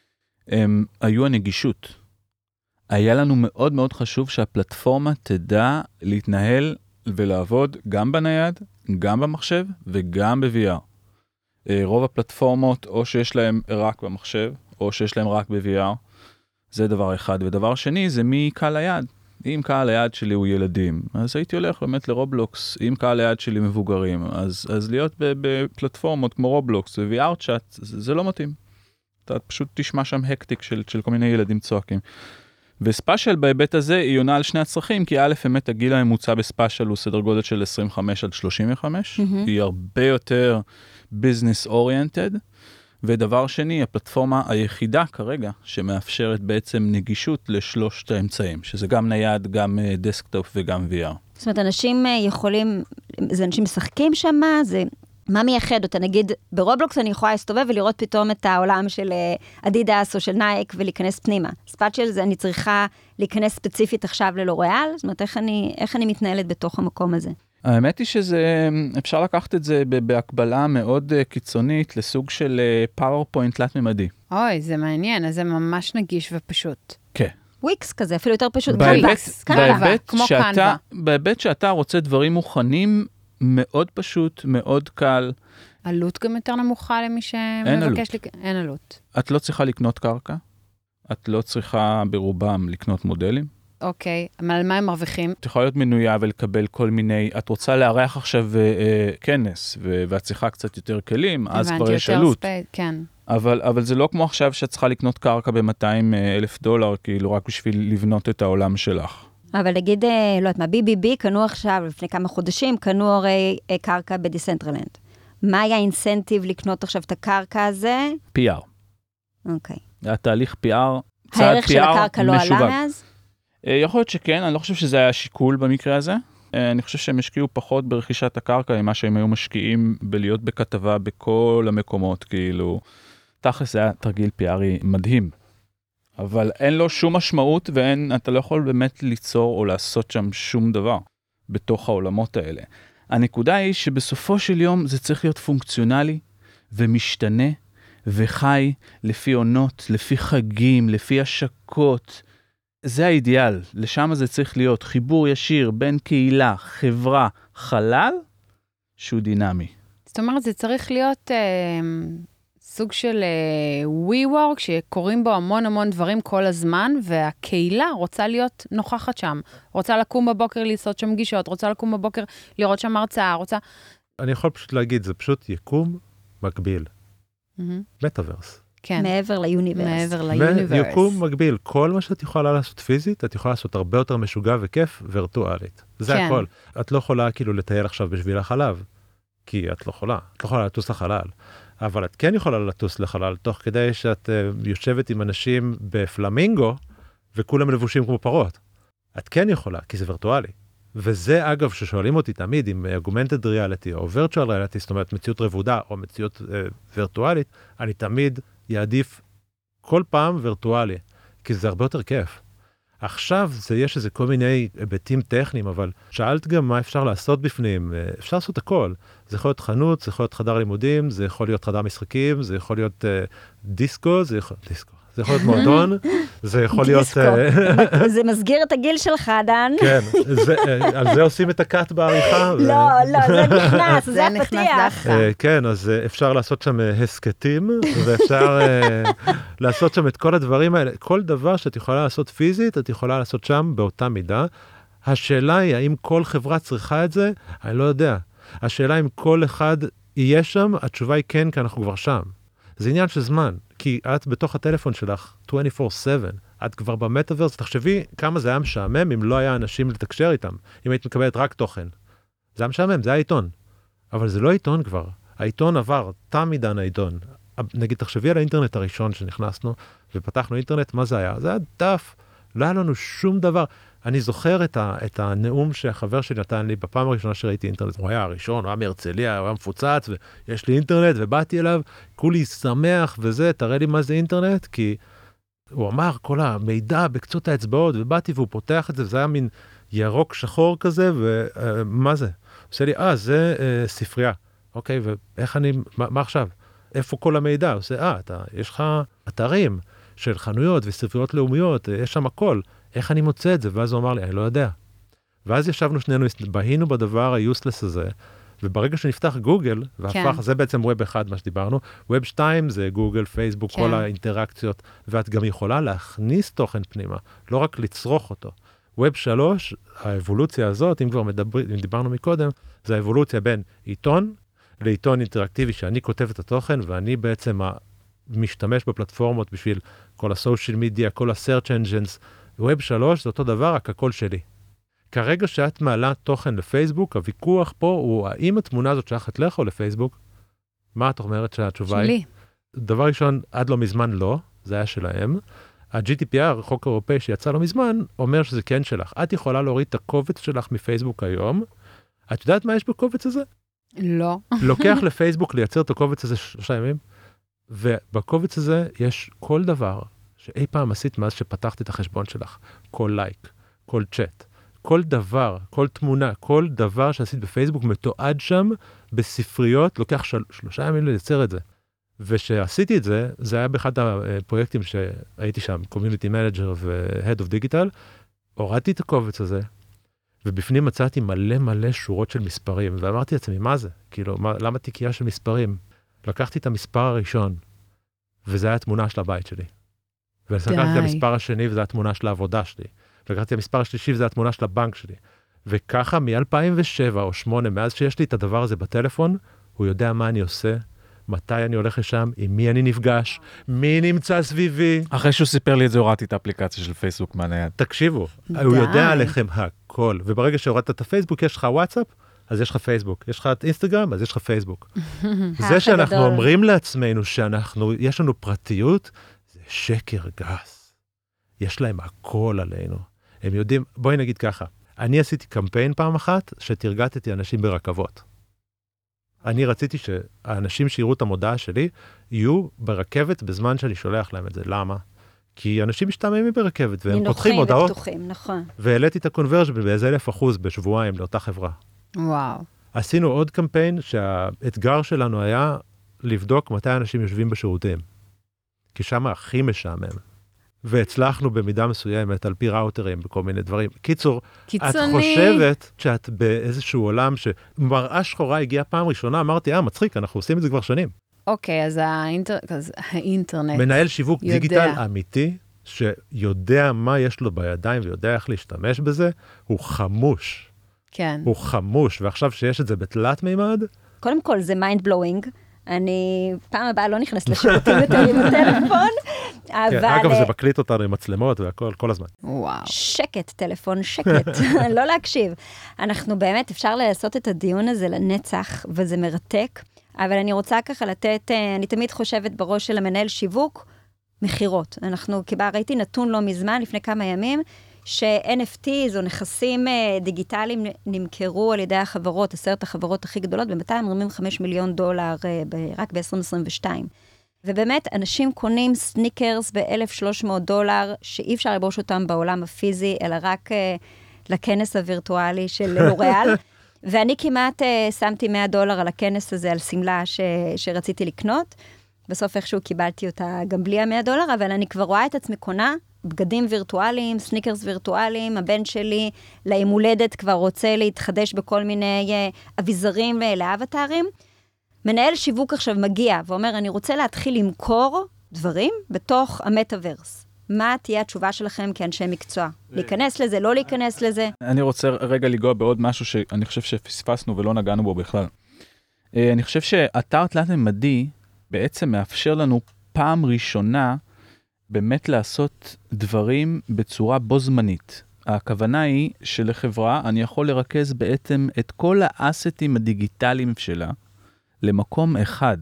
היו הנגישות. היה לנו מאוד מאוד חשוב שהפלטפורמה תדע להתנהל ולעבוד גם בנייד, גם במחשב וגם ב-VR. רוב הפלטפורמות, או שיש להם רק במחשב, או שיש להם רק ב-VR, זה דבר אחד. ודבר שני, זה מי קהל היעד. אם קהל היעד שלי הוא ילדים, אז הייתי הולך באמת לרובלוקס. אם קהל היעד שלי מבוגרים, אז להיות בפלטפורמות כמו רובלוקס ו-VR צ'אט, זה לא מתאים. אתה פשוט תשמע שם הקטיק של כל מיני ילדים צועקים. וספאשל בהיבט הזה היא עונה על שני הצרכים, כי א', באמת הגיל הממוצע בספאשל הוא סדר גודל של 25 עד 35, היא הרבה יותר business oriented, ודבר שני, הפלטפורמה היחידה כרגע שמאפשרת בעצם נגישות לשלושת האמצעים, שזה גם נייד, גם דסקטופ וגם VR. זאת אומרת, אנשים יכולים, זה אנשים משחקים שם, זה מה מייחד אותה? נגיד, ברובלוקס אני יכולה להסתובב ולראות פתאום את העולם של אדידס או של נייק ולהיכנס פנימה. ספאצ'ל זה אני צריכה להיכנס ספציפית עכשיו ללוריאל, זאת אומרת, איך אני מתנהלת בתוך המקום הזה? האמת היא שזה, אפשר לקחת את זה בהקבלה מאוד קיצונית לסוג של פאורפוינט תלת-ממדי. אוי, זה מעניין, אז זה ממש נגיש ופשוט. כן. וויקס כזה, אפילו יותר פשוט. קנווה, כמו קנווה. בהיבט שאתה רוצה דברים מוכנים, מאוד פשוט, מאוד קל. עלות גם יותר נמוכה למי שמבקש אין עלות. את לא צריכה לקנות קרקע, את לא צריכה ברובם לקנות מודלים. אוקיי, על מה הם מרוויחים? את יכולה להיות מנויה ולקבל כל מיני, את רוצה לארח עכשיו כנס, ואת צריכה קצת יותר כלים, אז כבר יש עלות. כן. אבל זה לא כמו עכשיו שאת צריכה לקנות קרקע $200,000, כאילו רק בשביל לבנות את העולם שלך. אבל נגיד, לא יודעת מה, BBB קנו עכשיו, לפני כמה חודשים, קנו הרי קרקע בדיסנטרלנד. מה היה האינסנטיב לקנות עכשיו את הקרקע הזה? PR. אוקיי. התהליך PR, הערך של הקרקע לא עלה מאז? יכול להיות שכן, אני לא חושב שזה היה שיקול במקרה הזה. אני חושב שהם השקיעו פחות ברכישת הקרקע, ממה שהם היו משקיעים בלהיות בכתבה בכל המקומות, כאילו, תכלס זה היה תרגיל PR מדהים. אבל אין לו שום משמעות, אתה לא יכול באמת ליצור או לעשות שם שום דבר בתוך העולמות האלה. הנקודה היא שבסופו של יום זה צריך להיות פונקציונלי ומשתנה וחי לפי עונות, לפי חגים, לפי השקות. זה האידיאל, לשם זה צריך להיות חיבור ישיר בין קהילה, חברה, חלל, שהוא דינמי. זאת אומרת, זה צריך להיות סוג של WeWork, שקוראים בו המון המון דברים כל הזמן, והקהילה רוצה להיות נוכחת שם. רוצה לקום בבוקר לעשות שם גישות, רוצה לקום בבוקר לראות שם הרצאה, רוצה... אני יכול פשוט להגיד, זה פשוט יקום מקביל. מטאברס. כן. מעבר ליוניברס. מעבר ליוניברס. יקום מקביל. כל מה שאת יכולה לעשות פיזית, את יכולה לעשות הרבה יותר משוגע וכיף וירטואלית. זה כן. הכל. את לא יכולה כאילו לטייל עכשיו בשביל החלב, כי את לא יכולה. את לא יכולה לטוס לחלל. אבל את כן יכולה לטוס לחלל, תוך כדי שאת יושבת עם אנשים בפלמינגו, וכולם לבושים כמו פרות. את כן יכולה, כי זה וירטואלי. וזה אגב ששואלים אותי תמיד, עם augmented reality או virtual reality, זאת אומרת מציאות רבודה או מציאות וירטואלית, אני תמיד יעדיף כל פעם וירטואלי, כי זה הרבה יותר כיף. עכשיו יש איזה כל מיני היבטים טכניים, אבל שאלת גם מה אפשר לעשות בפנים, אפשר לעשות הכל. זה יכול להיות חנות, זה יכול להיות חדר לימודים, זה יכול להיות חדר משחקים, זה יכול להיות דיסקו, זה יכול להיות מועדון, זה יכול להיות... זה מסגיר את הגיל שלך, דן. כן, על זה עושים את הקאט בעריכה. לא, זה נכנס, זה הפתיח. כן, אז אפשר לעשות שם הסקטים, ואפשר לעשות שם את כל הדברים האלה. כל דבר שאת יכולה לעשות פיזית, את יכולה לעשות שם באותה מידה. השאלה היא, האם כל חברה צריכה את זה? אני לא יודע. השאלה אם כל אחד יהיה שם, התשובה היא כן, כי אנחנו כבר שם. זה עניין של זמן, כי את בתוך הטלפון שלך 24/7, את כבר במטאברס, תחשבי כמה זה היה משעמם אם לא היה אנשים לתקשר איתם, אם היית מקבלת רק תוכן. זה היה משעמם, זה היה עיתון. אבל זה לא עיתון כבר. העיתון עבר, תם עידן העיתון. נגיד, תחשבי על האינטרנט הראשון שנכנסנו, ופתחנו אינטרנט, מה זה היה? זה היה דף, לא היה לנו שום דבר. אני זוכר את הנאום שהחבר שלי נתן לי בפעם הראשונה שראיתי אינטרנט. הוא היה הראשון, הוא היה מהרצליה, הוא היה מפוצץ, ויש לי אינטרנט, ובאתי אליו, כולי שמח וזה, תראה לי מה זה אינטרנט, כי הוא אמר כל המידע בקצות האצבעות, ובאתי והוא פותח את זה, וזה היה מין ירוק שחור כזה, ומה זה? הוא עושה לי, זה ספרייה. אוקיי, ואיך מה עכשיו? איפה כל המידע? הוא עושה, יש לך אתרים של חנויות וספריות לאומיות, יש שם הכל. איך אני מוצא את זה? ואז הוא אמר לי, אני לא יודע. ואז ישבנו שנינו, בהינו בדבר היוסלס הזה, וברגע שנפתח גוגל, והפך, זה בעצם ווב 1, מה שדיברנו, ווב 2 זה גוגל, פייסבוק, כל האינטראקציות, ואת גם יכולה להכניס תוכן פנימה, לא רק לצרוך אותו. ווב 3, האבולוציה הזאת, אם דיברנו מקודם, זה האבולוציה בין עיתון לעיתון אינטראקטיבי, שאני כותב את התוכן, ואני בעצם משתמש בפלטפורמות בשביל כל הסושיאל מדיה, כל ה-search engines, ווב 3 זה אותו דבר, רק הכל שלי. כרגע שאת מעלה תוכן לפייסבוק, הוויכוח פה הוא, האם התמונה הזאת שייכת לך או לפייסבוק? מה את אומרת שהתשובה היא? שלי. דבר ראשון, עד לא מזמן לא, זה היה שלהם. ה-GDPR, חוק אירופאי שיצא לא מזמן, אומר שזה כן שלך. את יכולה להוריד את הקובץ שלך מפייסבוק היום. את יודעת מה יש בקובץ הזה? לא. לוקח לפייסבוק לייצר את הקובץ הזה 3 ימים, ובקובץ הזה יש כל דבר שאי פעם עשית מאז שפתחת את החשבון שלך. כל לייק, כל צ'אט, כל דבר, כל תמונה, כל דבר שעשית בפייסבוק מתועד שם בספריות, לוקח 3 ימים לייצר את זה. ושעשיתי את זה, זה היה באחד הפרויקטים שהייתי שם, Community Manager ו-Head of Digital, הורדתי את הקובץ הזה, ובפנים מצאתי מלא שורות של מספרים, ואמרתי לעצמי, מה זה? כאילו, למה תיקייה של מספרים? לקחתי את המספר הראשון, וזה היה התמונה של הבית שלי. ולקחתי את המספר השני, וזו התמונה של העבודה שלי. ולקחתי את המספר השלישי, וזו התמונה של הבנק שלי. וככה מ-2007 או 2008, מאז שיש לי את הדבר הזה בטלפון, הוא יודע מה אני עושה, מתי אני הולך לשם, עם מי אני נפגש, מי נמצא סביבי. אחרי שהוא סיפר לי את זה, הורדתי את האפליקציה של פייסבוק מהנייד. תקשיבו, הוא יודע עליכם הכל. וברגע שהורדת את הפייסבוק, יש לך וואטסאפ, אז יש לך פייסבוק. יש לך את אינסטגרם, אז יש לך פייסבוק. זה שאנחנו אומרים לעצמנו יש לנו פרטיות, זה שקר גס. יש להם הכל עלינו. הם יודעים, בואי נגיד ככה, אני עשיתי קמפיין פעם אחת, שתרגטתי אנשים ברכבות. אני רציתי שהאנשים שיראו את המודעה שלי, יהיו ברכבת בזמן שאני שולח להם את זה. למה? כי אנשים משתעממים ברכבת, והם פותחים הודעות. ופתוחים, נכון. והעליתי את הקונברג'ן באיזה 1,000% בשבועיים לאותה חברה. וואו. עשינו עוד קמפיין שהאתגר שלנו היה לבדוק מתי אנשים יושבים בשירותים. כי שם הכי משעמם. והצלחנו במידה מסוימת על פי ראוטרים בכל מיני דברים. קיצור, קיצוני. את חושבת שאת באיזשהו עולם שמראה שחורה הגיעה פעם ראשונה, אמרתי, מצחיק, אנחנו עושים את זה כבר שנים. אוקיי, אז האינטרנט מנהל שיווק דיגיטל אמיתי, שיודע מה יש לו בידיים ויודע איך להשתמש בזה, הוא חמוש. כן. הוא חמוש, ועכשיו שיש את זה בתלת מימד. קודם כל זה mind blowing. אני פעם הבאה לא נכנסת לשירותים יותר עם הטלפון, אבל... אגב, זה מקליט אותנו עם מצלמות והכל, כל הזמן. וואו. שקט, טלפון, שקט, לא להקשיב. אנחנו באמת, אפשר לעשות את הדיון הזה לנצח, וזה מרתק, אבל אני רוצה ככה לתת, אני תמיד חושבת בראש של המנהל שיווק, מחירות. אנחנו, ראיתי נתון לא מזמן, לפני כמה ימים, ש-NFTs או נכסים דיגיטליים נמכרו על ידי החברות, 10 החברות הכי גדולות, ב$245 מיליון רק ב-2022. ובאמת, אנשים קונים סניקרס ב$1,300, שאי אפשר לבוש אותם בעולם הפיזי, אלא רק לכנס הווירטואלי של לוריאל. ואני כמעט שמתי $100 על הכנס הזה, על סמלה שרציתי לקנות. בסוף איכשהו קיבלתי אותה גם בלי $100, אבל אני כבר רואה את עצמי קונה בגדים וירטואליים, סניקרס וירטואליים, הבן שלי ליום הולדת כבר רוצה להתחדש בכל מיני אביזרים לאבטרים. מנהל שיווק עכשיו מגיע ואומר, אני רוצה להתחיל למכור דברים בתוך המטאברס. מה תהיה התשובה שלכם כאנשי מקצוע? להיכנס לזה, לא להיכנס לזה? אני רוצה רגע לגוע בעוד משהו שאני חושב שפספסנו ולא נגענו בו בכלל. אני חושב שאתר תלת-ממדי בעצם מאפשר לנו פעם ראשונה באמת לעשות דברים בצורה בו זמנית. הכוונה היא שלחברה אני יכול לרכז בעצם את כל האסטים הדיגיטליים שלה למקום אחד.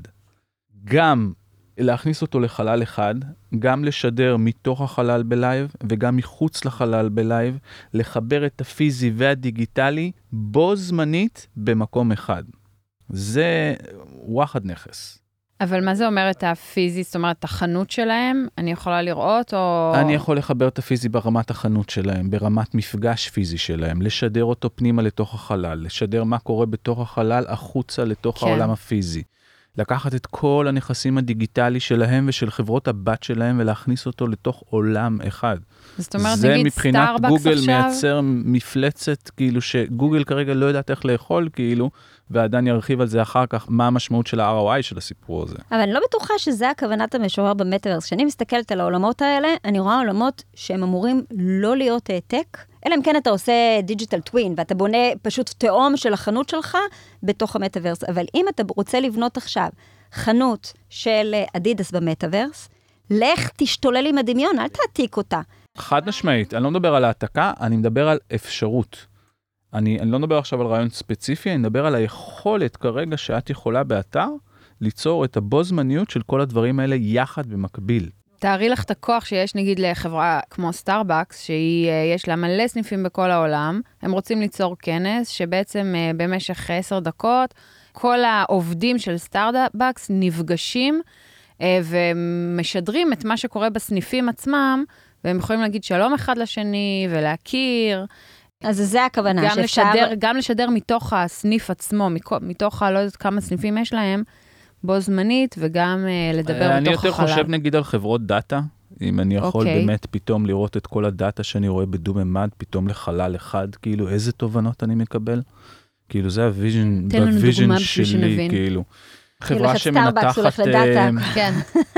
גם להכניס אותו לחלל אחד, גם לשדר מתוך החלל בלייב וגם מחוץ לחלל בלייב, לחבר את הפיזי והדיגיטלי בו זמנית במקום אחד. זה וואחד נכס. אבל מה זה אומר את הפיזי? זאת אומרת, החנות שלהם, אני יכולה לראות או... אני יכול לחבר את הפיזי ברמת החנות שלהם, ברמת מפגש פיזי שלהם, לשדר אותו פנימה לתוך החלל, לשדר מה קורה בתוך החלל, החוצה לתוך העולם הפיזי. לקחת את כל הנכסים הדיגיטלי שלהם ושל חברות הבת שלהם, ולהכניס אותו לתוך עולם אחד. זאת אומרת, נגיד סטארבקס עכשיו... זה מבחינת גוגל מייצר מפלצת, כאילו שגוגל כרגע לא יודעת איך לאכול, כאילו, ועדיין ירחיב על זה אחר כך, מה המשמעות של ה-ROI של הסיפור הזה. אבל אני לא בטוחה שזה הכוונת המשורר במטאברס. כשאני מסתכלת על העולמות האלה, אני רואה עולמות שהם אמורים לא להיות העתק, אלא אם כן אתה עושה דיג'יטל טווין, ואתה בונה פשוט תאום של החנות שלך בתוך המטאברס. אבל אם אתה רוצה לבנות עכשיו חנות של אדידס במטאברס, לך תשתולל עם הדמיון, אל תעתיק אותה. חד משמעית, אני לא מדבר על העתקה, אני מדבר על אפשרות. אני לא מדבר עכשיו על רעיון ספציפי, אני מדבר על היכולת כרגע שאת יכולה באתר, ליצור את הבו זמניות של כל הדברים האלה יחד במקביל. תארי לך את הכוח שיש נגיד לחברה כמו סטארבקס, שיש לה מלא סניפים בכל העולם, הם רוצים ליצור כנס, שבעצם במשך 10 דקות, כל העובדים של סטארבקס נפגשים, ומשדרים את מה שקורה בסניפים עצמם, והם יכולים להגיד שלום אחד לשני, ולהכיר. אז זה הכוונה, גם לשדר מתוך הסניף עצמו, מתוך לא יודעת כמה סניפים יש להם, בו זמנית, וגם לדבר בתוך החלל. אני יותר חושב נגיד על חברות דאטה, אם אני יכול באמת פתאום לראות את כל הדאטה שאני רואה בדו-ממד, פתאום לחלל אחד, כאילו איזה תובנות אני מקבל, כאילו זה הוויז'ן שלי, כאילו. חברה שמנתחת... כן.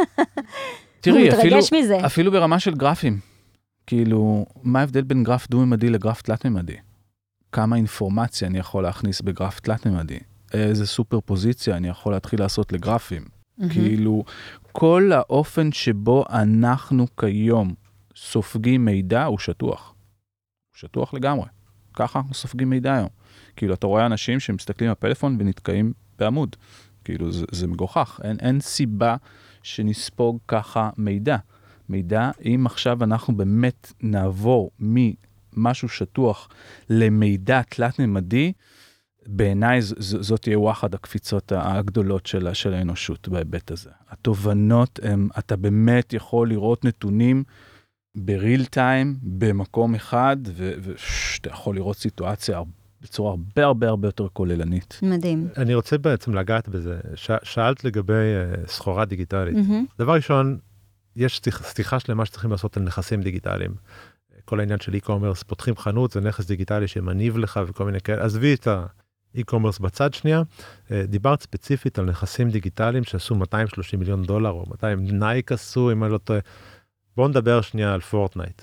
תראי, אפילו ברמה של גרפים, כאילו, מה ההבדל בין גרף דו-ממדי לגרף תלת-ממדי? כמה אינפורמציה אני יכול להכניס בגרף תלת-ממדי? איזה סופר פוזיציה אני יכול להתחיל לעשות לגרפים? כאילו, כל האופן שבו אנחנו כיום סופגים מידע הוא שטוח. הוא שטוח לגמרי. ככה אנחנו סופגים מידע היום. כאילו, אתה רואה אנשים שמסתכלים על הפלאפון ונתקעים בעמוד. כאילו, זה מגוחך. אין סיבה שנספוג ככה מידע. מידע, אם עכשיו אנחנו באמת נעבור ממשהו שטוח למידע תלת-ממדי, בעיניי זאת תהיה וואחד הקפיצות הגדולות של האנושות בהיבט הזה. התובנות, אתה באמת יכול לראות נתונים בריל טיים, במקום אחד, ואתה יכול לראות סיטואציה בצורה הרבה יותר כוללנית. מדהים. אני רוצה בעצם לגעת בזה. שאלת לגבי סחורה דיגיטלית. דבר ראשון, יש סליחה שלמה שצריכים לעשות על נכסים דיגיטליים. כל העניין של e-commerce, פותחים חנות, זה נכס דיגיטלי שמניב לך וכל מיני כאלה. עזבי את e-commerce בצד שנייה, דיברת ספציפית על נכסים דיגיטליים שעשו $230 מיליון, או 200 נייק עשו, אם אני לא טועה. בואו נדבר שנייה על פורטנייט.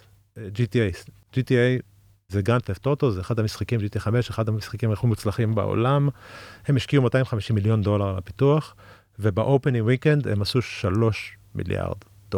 GTA זה גרנד ת'פט אוטו, זה אחד המשחקים, GTA 5, אחד המשחקים הכי מוצלחים בעולם. הם השקיעו $250 מיליון על הפיתוח, ובאופנינג וויקנד הם עשו $3 מיליארד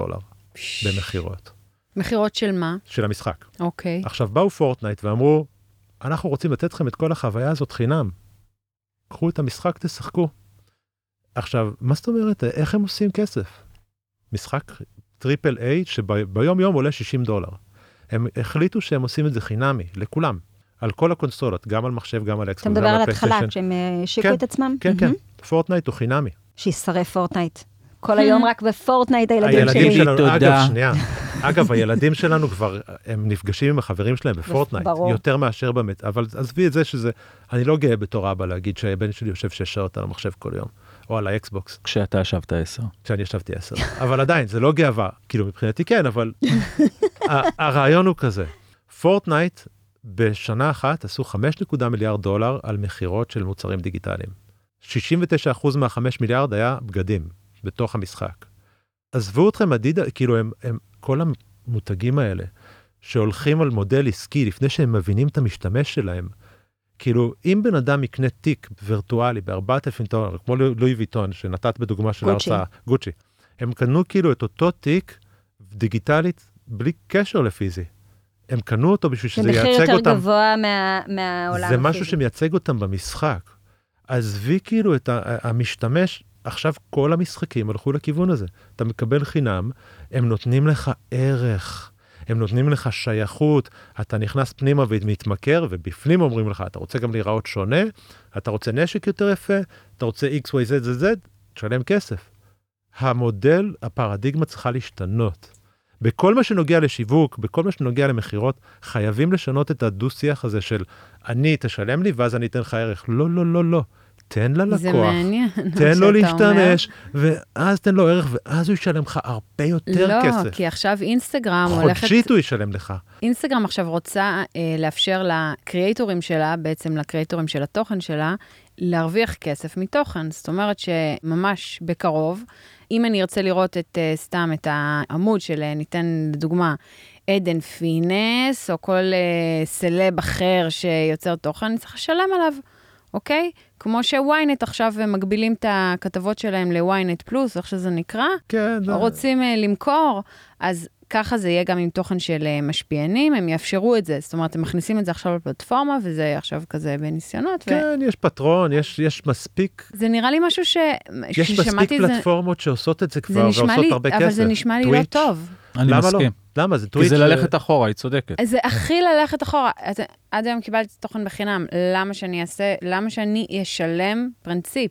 במחירות. מחירות של מה? של המשחק. אוקיי. עכשיו באו פורטנייט ואמרו, אנחנו רוצים לתת לכם את כל החוויה הזאת חינם. קחו את המשחק, תשחקו. עכשיו, מה זאת אומרת? איך הם עושים כסף? משחק טריפל איי שביום יום עולה $60. הם החליטו שהם עושים את זה חינמי, לכולם. על כל הקונסולות, גם על מחשב, גם על אקסבוקס. אתה מדבר על התחלה, כשהם שיקו את עצמם? כן, כן. פורטנייט הוא חינמי. שישרף פורטנייט. כל היום רק בפורטנייט הילדים הילדים שלי. שלנו, תודה. אגב, הילדים שלנו כבר, הם נפגשים עם החברים שלהם בפורטנייט, ברור. יותר מאשר באמת, אבל עזבי את זה שזה, אני לא גאה בתור אבא להגיד שהבן שלי יושב 6 שעות על המחשב כל יום, או על האקסבוקס, כשאתה ישבת 10. כשאני ישבתי 10. אבל עדיין, זה לא גאווה, כאילו מבחינתי כן, אבל הרעיון הוא כזה. פורטנייט בשנה אחת עשו 5.1 מיליארד דולר על מחירות של מוצרים דיגיטליים. 69% מה-5 מיליארד היה בגדים בתוך המשחק. עזבו אתכם אדידה, כאילו הם כל המותגים האלה, שהולכים על מודל עסקי לפני שהם מבינים את המשתמש שלהם, כאילו אם בן אדם יקנה תיק וירטואלי $4,000, כמו לואי ויטון, שנתת בדוגמה של ההרצאה, גוצ'י, הם קנו כאילו את אותו תיק דיגיטלית בלי קשר לפיזי. הם קנו אותו בשביל שזה ייצג אותם. זה מחיר יותר גבוה מהעולם. זה משהו שמייצג אותם במשחק. עזבי כאילו את המשתמש, עכשיו כל המשחקים הלכו לכיוון הזה. אתה מקבל חינם, הם נותנים לך ערך, הם נותנים לך שייכות, אתה נכנס פנימה ומתמכר, ובפנים אומרים לך, אתה רוצה גם להיראות שונה, אתה רוצה נשק יותר יפה, אתה רוצה XYZ, תשלם כסף. המודל, הפרדיגמה צריכה להשתנות. בכל מה שנוגע לשיווק, בכל מה שנוגע למחירות, חייבים לשנות את הדו-שיח הזה של אני תשלם לי ואז אני אתן לך ערך. לא, לא, לא, לא. תן ללקוח. זה מעניין. תן לו להשתמש, ואז תן לו ערך, ואז הוא ישלם לך הרבה יותר כסף. לא, כי עכשיו אינסטגרם הולכת... חודשית הוא ישלם לך. אינסטגרם עכשיו רוצה לאפשר לקריאטורים שלה, בעצם לקריאטורים של התוכן שלה, להרוויח כסף מתוכן. זאת אומרת שממש בקרוב, אם אני ארצה לראות סתם את העמוד של, ניתן לדוגמה, עדן פינס, או כל סלב אחר שיוצר תוכן, אני צריך לשלם עליו, אוקיי? כמו שוויינט עכשיו מגבילים את הכתבות שלהם לוויינט פלוס, איך שזה נקרא, כן. רוצים למכור, אז ככה זה יהיה גם עם תוכן של משפיענים, הם יאפשרו את זה, זאת אומרת, הם מכניסים את זה עכשיו לפלטפורמה, וזה עכשיו כזה בניסיונות. כן, יש פטרון, יש מספיק... זה נראה לי משהו יש מספיק פלטפורמות שעושות את זה כבר, ועושות הרבה כסף. אבל זה נשמע לי לא טוב. אני מסכים. למה? זה טוויץ'. כי זה ללכת אחורה, היא צודקת. זה הכי ללכת אחורה. עד היום קיבלתי תוכן בחינם. למה שאני אשלם פרינציפ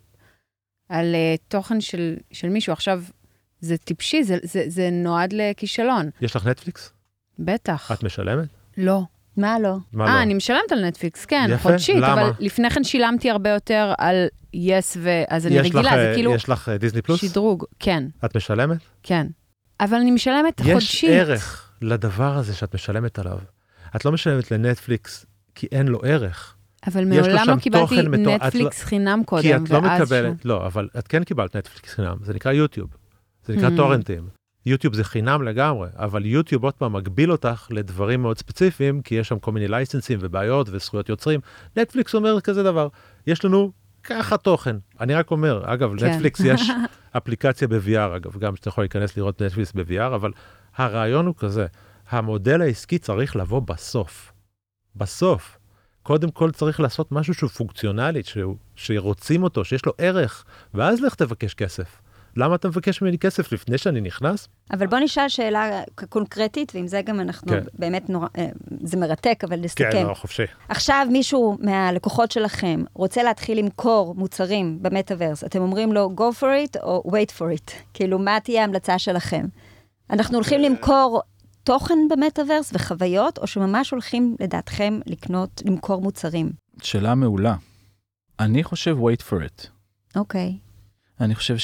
על תוכן של מישהו? עכשיו, זה טיפשי, זה נועד לכישלון. יש לך נטפליקס? בטח. את משלמת? לא. מה לא? אני משלמת על נטפליקס, כן, יפה, חודשית, למה? אבל לפני כן שילמתי הרבה יותר על יס, אז אני רגילה, זה כאילו... יש לך דיסני פלוס? שדרוג, כן. את משלמת? כן. אבל אני משלמת חודשית. יש ערך לדבר הזה שאת משלמת עליו. את לא משלמת לנטפליקס כי אין לו ערך. אבל מעולם לא קיבלתי נטפליקס חינם קודם. כי את לא מקבלת, לא, אבל את כן קיבלת נטפליקס חינם. זה נקרא יוטיוב. זה נקרא טורנטים. יוטיוב זה חינם לגמרי, אבל יוטיוב עוד פעם מגביל אותך לדברים מאוד ספציפיים, כי יש שם כל מיני לייסנסים ובעיות וזכויות יוצרים. נטפליקס אומר כזה דבר, יש לנו ככה תוכן. אני רק אומר, אגב, נטפליקס יש אפליקציה ב-VR, אגב, גם שאתה יכול להיכנס לראות נטפליקס ב-VR, אבל הרעיון הוא כזה, המודל העסקי צריך לבוא בסוף. בסוף. קודם כל צריך לעשות משהו שהוא פונקציונלי, שרוצים אותו, שיש לו ערך, ואז לך תבקש כסף. למה אתה מבקש ממני כסף לפני שאני נכנס? אבל בוא נשאל שאלה קונקרטית, ועם זה גם אנחנו באמת נורא, זה מרתק, אבל נסתכם. כן, לא, חופשי. עכשיו מישהו מהלקוחות שלכם רוצה להתחיל למכור מוצרים במטאברס, אתם אומרים לו go for it או wait for it, כאילו מה תהיה ההמלצה שלכם? אנחנו הולכים למכור תוכן במטאברס וחוויות, או שממש הולכים לדעתכם למכור מוצרים? שאלה מעולה. אני חושב wait for it. אוקיי. אני חושב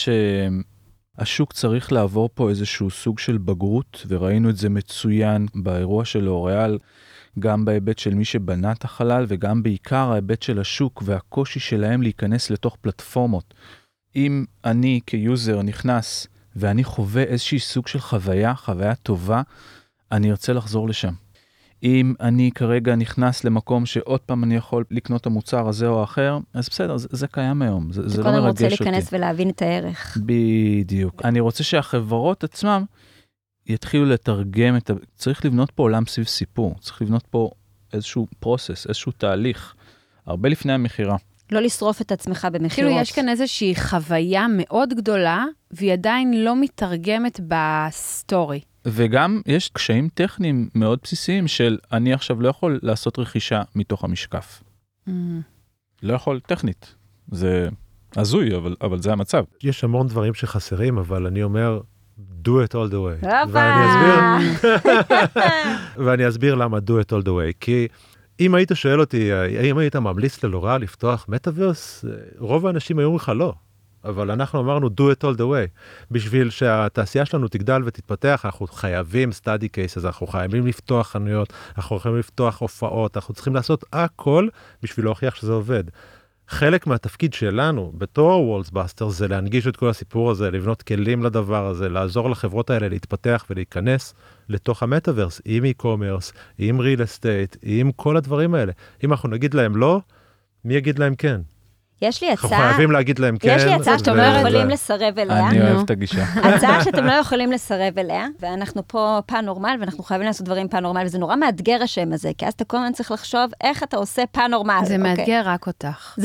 שהשוק צריך לעבור פה איזשהו סוג של בגרות, וראינו את זה מצוין באירוע של לוריאל, גם בהיבט של מי שבנה את החלל, וגם בעיקר ההיבט של השוק והקושי שלהם להיכנס לתוך פלטפורמות. אם אני כיוזר נכנס ואני חווה איזושהי סוג של חוויה טובה, אני ארצה לחזור לשם. אם אני כרגע נכנס למקום שעוד פעם אני יכול לקנות את המוצר הזה או האחר, אז בסדר, זה קיים היום, זה לא מרגש אותי. קודם רוצה להיכנס ולהבין את הערך. בדיוק. אני רוצה שהחברות עצמם יתחילו לתרגם צריך לבנות פה עולם סביב סיפור, צריך לבנות פה איזשהו פרוסס, איזשהו תהליך, הרבה לפני המחירה. לא לשרוף את עצמך במחירות. כאילו יש כאן איזושהי חוויה מאוד גדולה, והיא עדיין לא מתרגמת בסטורי. וגם יש קשיים טכניים מאוד בסיסיים של אני עכשיו לא יכול לעשות רכישה מתוך המשקף. לא יכול טכנית. זה הזוי, אבל זה המצב. יש המון דברים שחסרים, אבל אני אומר, do it all the way. ואני אסביר למה do it all the way. כי אם היית שואל אותי, האם היית ממליץ ללורל לפתוח מטאברס, רוב האנשים היו לך לא. אבל אנחנו אמרנו do it all the way. בשביל שהתעשייה שלנו תגדל ותתפתח, אנחנו חייבים study cases, אנחנו חייבים לפתוח חנויות, אנחנו חייבים לפתוח הופעות, אנחנו צריכים לעשות הכל בשביל להוכיח שזה עובד. חלק מהתפקיד שלנו בתור וולסבאסטר זה להנגיש את כל הסיפור הזה, לבנות כלים לדבר הזה, לעזור לחברות האלה להתפתח ולהיכנס לתוך המטאברס, עם e-commerce, עם real estate, עם כל הדברים האלה. אם אנחנו נגיד להם לא, מי יגיד להם כן? יש לי אנחנו הצעה, חייבים להגיד להם כן. יש לי הצעה שאתם לא יכולים לסרב אליה. אני אוהב את הגישה. הצעה שאתם לא יכולים לסרב אליה, ואנחנו פה פאנורמל, ואנחנו חייבים לעשות דברים פאנורמל, וזה נורא מאתגר השם הזה, כי אז אתה כל הזמן צריך לחשוב איך אתה עושה פאנורמל. זה מאתגר רק אותך.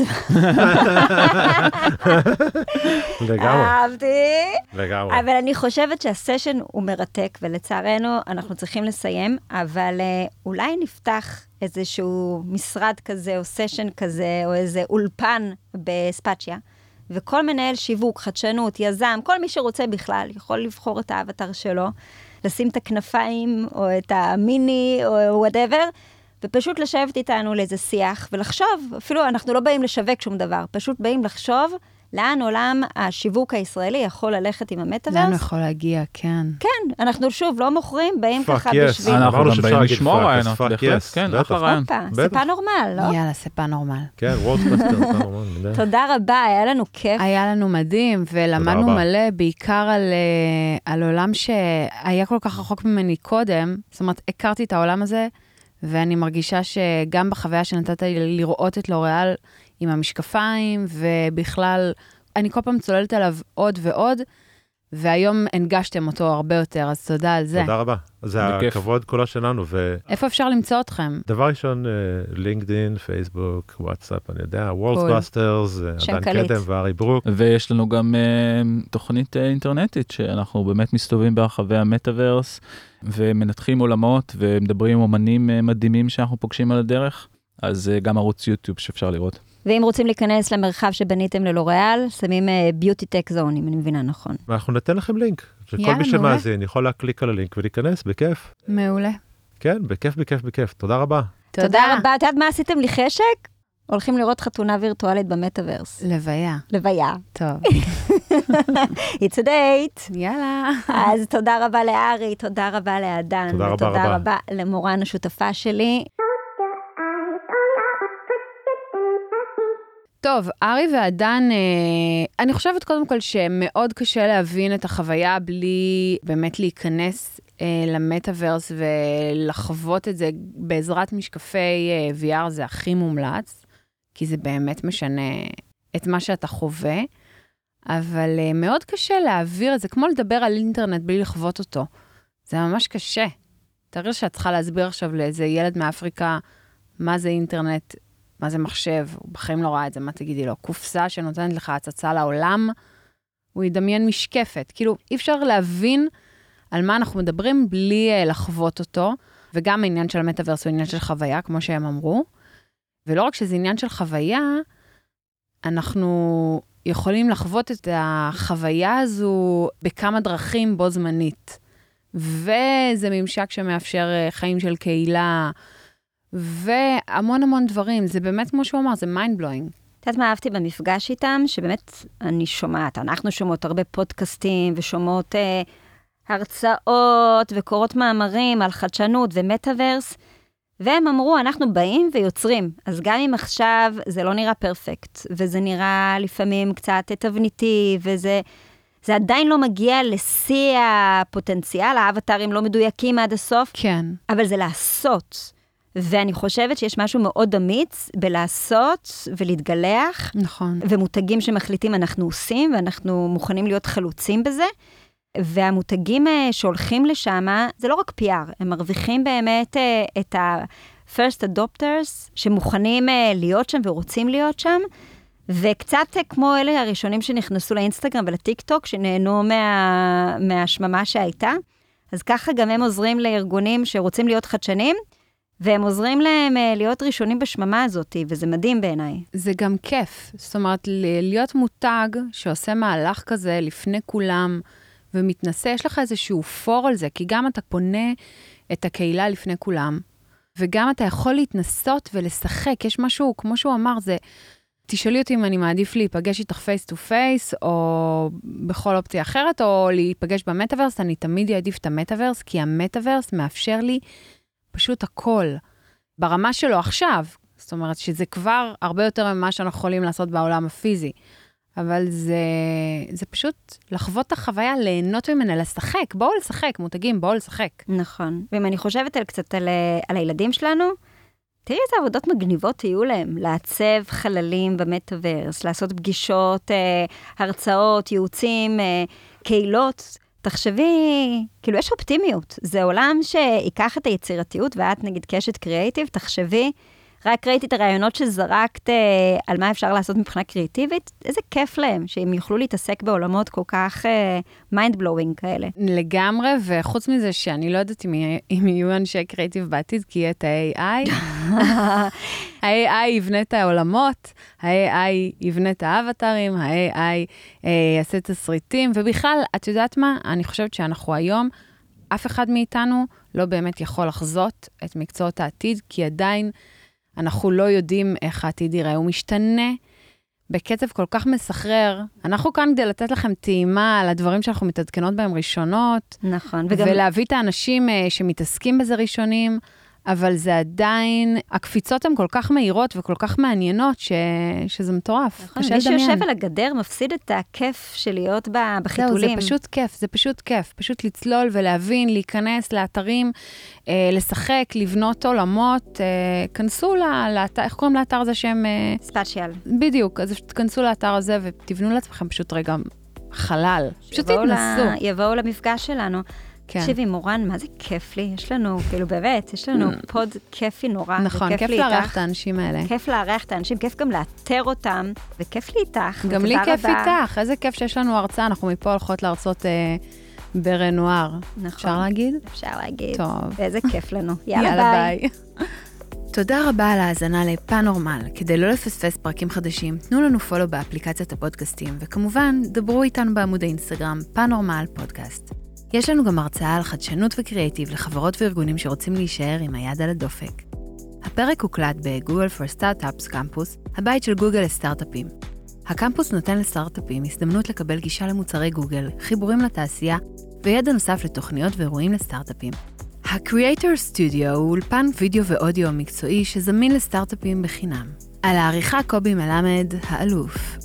לגמרי. אהבתי. לגמרי. אבל אני חושבת שהסשן הוא מרתק, ולצערנו אנחנו צריכים לסיים, אבל אולי נפתח איזשהו משרד כזה, או סשן כזה, או איזה אולפן בספאצ'יה, וכל מנהל שיווק, חדשנות, יזם, כל מי שרוצה בכלל, יכול לבחור את האבטר שלו, לשים את הכנפיים, או את המיני, או whatever, ופשוט לשבת איתנו לאיזה שיח, ולחשוב, אפילו אנחנו לא באים לשווק שום דבר, פשוט באים לחשוב, לאן עולם השיווק הישראלי יכול ללכת עם המטאברס? לאן יכול להגיע, כן. כן, אנחנו שוב לא מוכרים, באים ככה בשביל... אנחנו גם באים לשמור רעיונות, בהחלט, כן, אחלה רעיון. ספה נורמל, לא? יאללה, ספה נורמל. כן, וולסבאסטר, ספה נורמל. תודה רבה, היה לנו כיף. היה לנו מדהים, ולמדנו מלא, בעיקר על עולם שהיה כל כך רחוק ממני קודם, זאת אומרת, הכרתי את העולם הזה, ואני מרגישה שגם בחוויה שנתת לי לראות את לוריאל עם המשקפיים, ובכלל, אני כל פעם צוללת עליו עוד ועוד, והיום הנגשתם אותו הרבה יותר, אז תודה על זה. תודה רבה. זה הכבוד כולה שלנו. איפה אפשר למצוא אתכם? דבר ראשון, לינקדין, פייסבוק, וואטסאפ, אני יודע, וולסבאסטרס, עדן קדם וארי ברוק. ויש לנו גם תוכנית אינטרנטית, שאנחנו באמת מסתובבים ברחבי המטאברס, ומנתחים עולמות, ומדברים עם אומנים מדהימים שאנחנו פוגשים על הדרך, אז גם ערוץ יוטיוב שאפשר לראות. ואם רוצים להיכנס למרחב שבניתם ללוריאל, שמים ביוטי טק זון, אם אני מבינה נכון. ואנחנו ניתן לכם לינק, שכל מי שמאזין יכול להקליק על הלינק ולהיכנס בכיף. מעולה. כן, בכיף, בכיף, בכיף. תודה רבה. תודה רבה. את יודעת מה עשיתם לי חשק? הולכים לראות חתונה וירטואלית במטאברס. לוויה. לוויה. טוב. It's a date. יאללה. אז תודה רבה לארי, תודה רבה לעדן. תודה רבה רבה. ותודה רבה למורן השותפה שלי. טוב, ארי ועדן, אני חושבת קודם כל שמאוד קשה להבין את החוויה בלי באמת להיכנס למטאברס ולחוות את זה בעזרת משקפי VR, זה הכי מומלץ, כי זה באמת משנה את מה שאתה חווה, אבל מאוד קשה להעביר את זה, כמו לדבר על אינטרנט בלי לחוות אותו. זה ממש קשה. תראי שאת צריכה להסביר עכשיו לאיזה ילד מאפריקה מה זה אינטרנט, מה זה מחשב, הוא בחיים לא ראה את זה, מה תגידי לו? קופסה שנותנת לך הצצה לעולם, הוא ידמיין משקפת. כאילו, אי אפשר להבין על מה אנחנו מדברים בלי לחוות אותו, וגם העניין של המטאברס הוא עניין של חוויה, כמו שהם אמרו. ולא רק שזה עניין של חוויה, אנחנו יכולים לחוות את החוויה הזו בכמה דרכים בו זמנית. וזה ממשק שמאפשר חיים של קהילה, והמון המון דברים, זה באמת כמו שהוא אמר, זה mind blowing. את יודעת מה אהבתי במפגש איתם? שבאמת אני שומעת, אנחנו שומעות הרבה פודקאסטים, ושומעות הרצאות, וקורות מאמרים על חדשנות ומטאברס, והם אמרו, אנחנו באים ויוצרים. אז גם אם עכשיו זה לא נראה פרפקט, וזה נראה לפעמים קצת תבניתי, וזה עדיין לא מגיע לשיא הפוטנציאל, האבטרים לא מדויקים עד הסוף, כן. אבל זה לעשות. ואני חושבת שיש משהו מאוד אמיץ בלעשות ולהתגלח. נכון. ומותגים שמחליטים אנחנו עושים, ואנחנו מוכנים להיות חלוצים בזה. והמותגים שהולכים לשם, זה לא רק PR, הם מרוויחים באמת את ה-first adopters, שמוכנים להיות שם ורוצים להיות שם, וקצת כמו אלה הראשונים שנכנסו לאינסטגרם ולטיק טוק, שנהנו מהשממה שהייתה. אז ככה גם הם עוזרים לארגונים שרוצים להיות חדשנים, והם עוזרים להם להיות ראשונים בשממה הזאת, וזה מדהים בעיניי. זה גם כיף, זאת אומרת, להיות מותג שעושה מהלך כזה לפני כולם, ומתנסה, יש לך איזשהו פור על זה, כי גם אתה פונה את הקהילה לפני כולם, וגם אתה יכול להתנסות ולשחק, יש משהו, כמו שהוא אמר, זה, תשאלי אותי אם אני מעדיף להיפגש איתך פייס טו פייס, או בכל אופציה אחרת, או להיפגש במטאברס, אני תמיד אעדיף את המטאברס, כי המטאברס מאפשר לי פשוט הכל, ברמה שלו עכשיו, זאת אומרת שזה כבר הרבה יותר ממה שאנחנו יכולים לעשות בעולם הפיזי, אבל זה פשוט לחוות את החוויה, ליהנות ממנה, לשחק, בואו לשחק, מותגים, בואו לשחק. נכון, ואם אני חושבת קצת על הילדים שלנו, תראי איזה עבודות מגניבות יהיו להם, לעצב חללים במטאברס, לעשות פגישות, הרצאות, ייעוצים, קהילות, תחשבי, כאילו יש אופטימיות, זה עולם שיקח את היצירתיות, ואת נגיד קשת קריאייטיב, תחשבי, רק ראיתי את הרעיונות שזרקת על מה אפשר לעשות מבחינה קריאטיבית, איזה כיף להם, שהם יוכלו להתעסק בעולמות כל כך mind blowing כאלה. לגמרי, וחוץ מזה שאני לא יודעת אם יהיו אנשי קריאטיב בעתיד, כי יהיה את ה-AI. ה-AI יבנה את העולמות, ה-AI יבנה את האבטרים, ה-AI יעשה תסריטים, ובכלל, את יודעת מה? אני חושבת שאנחנו היום, אף אחד מאיתנו לא באמת יכול לחזות את מקצועות העתיד, כי עדיין אנחנו לא יודעים איך העתיד יראה, הוא משתנה בקצב כל כך מסחרר. אנחנו כאן כדי לתת לכם טעימה על הדברים שאנחנו מתעדכנות בהם ראשונות. נכון. ולהביא את האנשים שמתעסקים בזה ראשונים, אבל זה עדיין, הקפיצות הן כל כך מהירות וכל כך מעניינות, שזה מטורף. נכון, מי שיושב על הגדר מפסיד את הכיף של להיות בחיתולים. זה פשוט כיף, זה פשוט כיף. פשוט לצלול ולהבין, להיכנס לאתרים, לשחק, לבנות עולמות, כנסו לאתר, איך קוראים לאתר הזה שהם... ספאציאל. בדיוק, אז תכנסו לאתר הזה ותבנו לעצמכם פשוט רגע חלל. פשוט תתנסו. יבואו למפגש שלנו. תקשיבי, מורן, מה זה כיף לי? יש לנו, כאילו באמת, יש לנו פוד כיפי נורא. נכון, כיף לארח את האנשים האלה. כיף לארח את האנשים, כיף גם לאתר אותם, וכיף לי איתך. גם לי כיף איתך, איזה כיף שיש לנו הרצאה, אנחנו מפה הולכות להרצות ברנואר. נכון. אפשר להגיד? אפשר להגיד. טוב. ואיזה כיף לנו. יאללה ביי. תודה רבה על ההאזנה לפאנורמל. כדי לא לפספס פרקים חדשים, תנו לנו פולו באפליקציית הפודקאסטים, וכמובן, דברו איתנו בעמוד האינסטגרם, פאנורמל פודקאסט. יש לנו גם הרצאה על חדשנות וקריאטיב לחברות וארגונים שרוצים להישאר עם היד על הדופק. הפרק הוקלט בגוגל for Startups קמפוס, הבית של גוגל לסטארט-אפים. הקמפוס נותן לסטארט-אפים הזדמנות לקבל גישה למוצרי גוגל, חיבורים לתעשייה, וידע נוסף לתוכניות ואירועים לסטארט-אפים. ה-Creator Studio הוא אולפן וידאו ואודיו מקצועי שזמין לסטארט-אפים בחינם. על העריכה קובי מלמד, האלוף.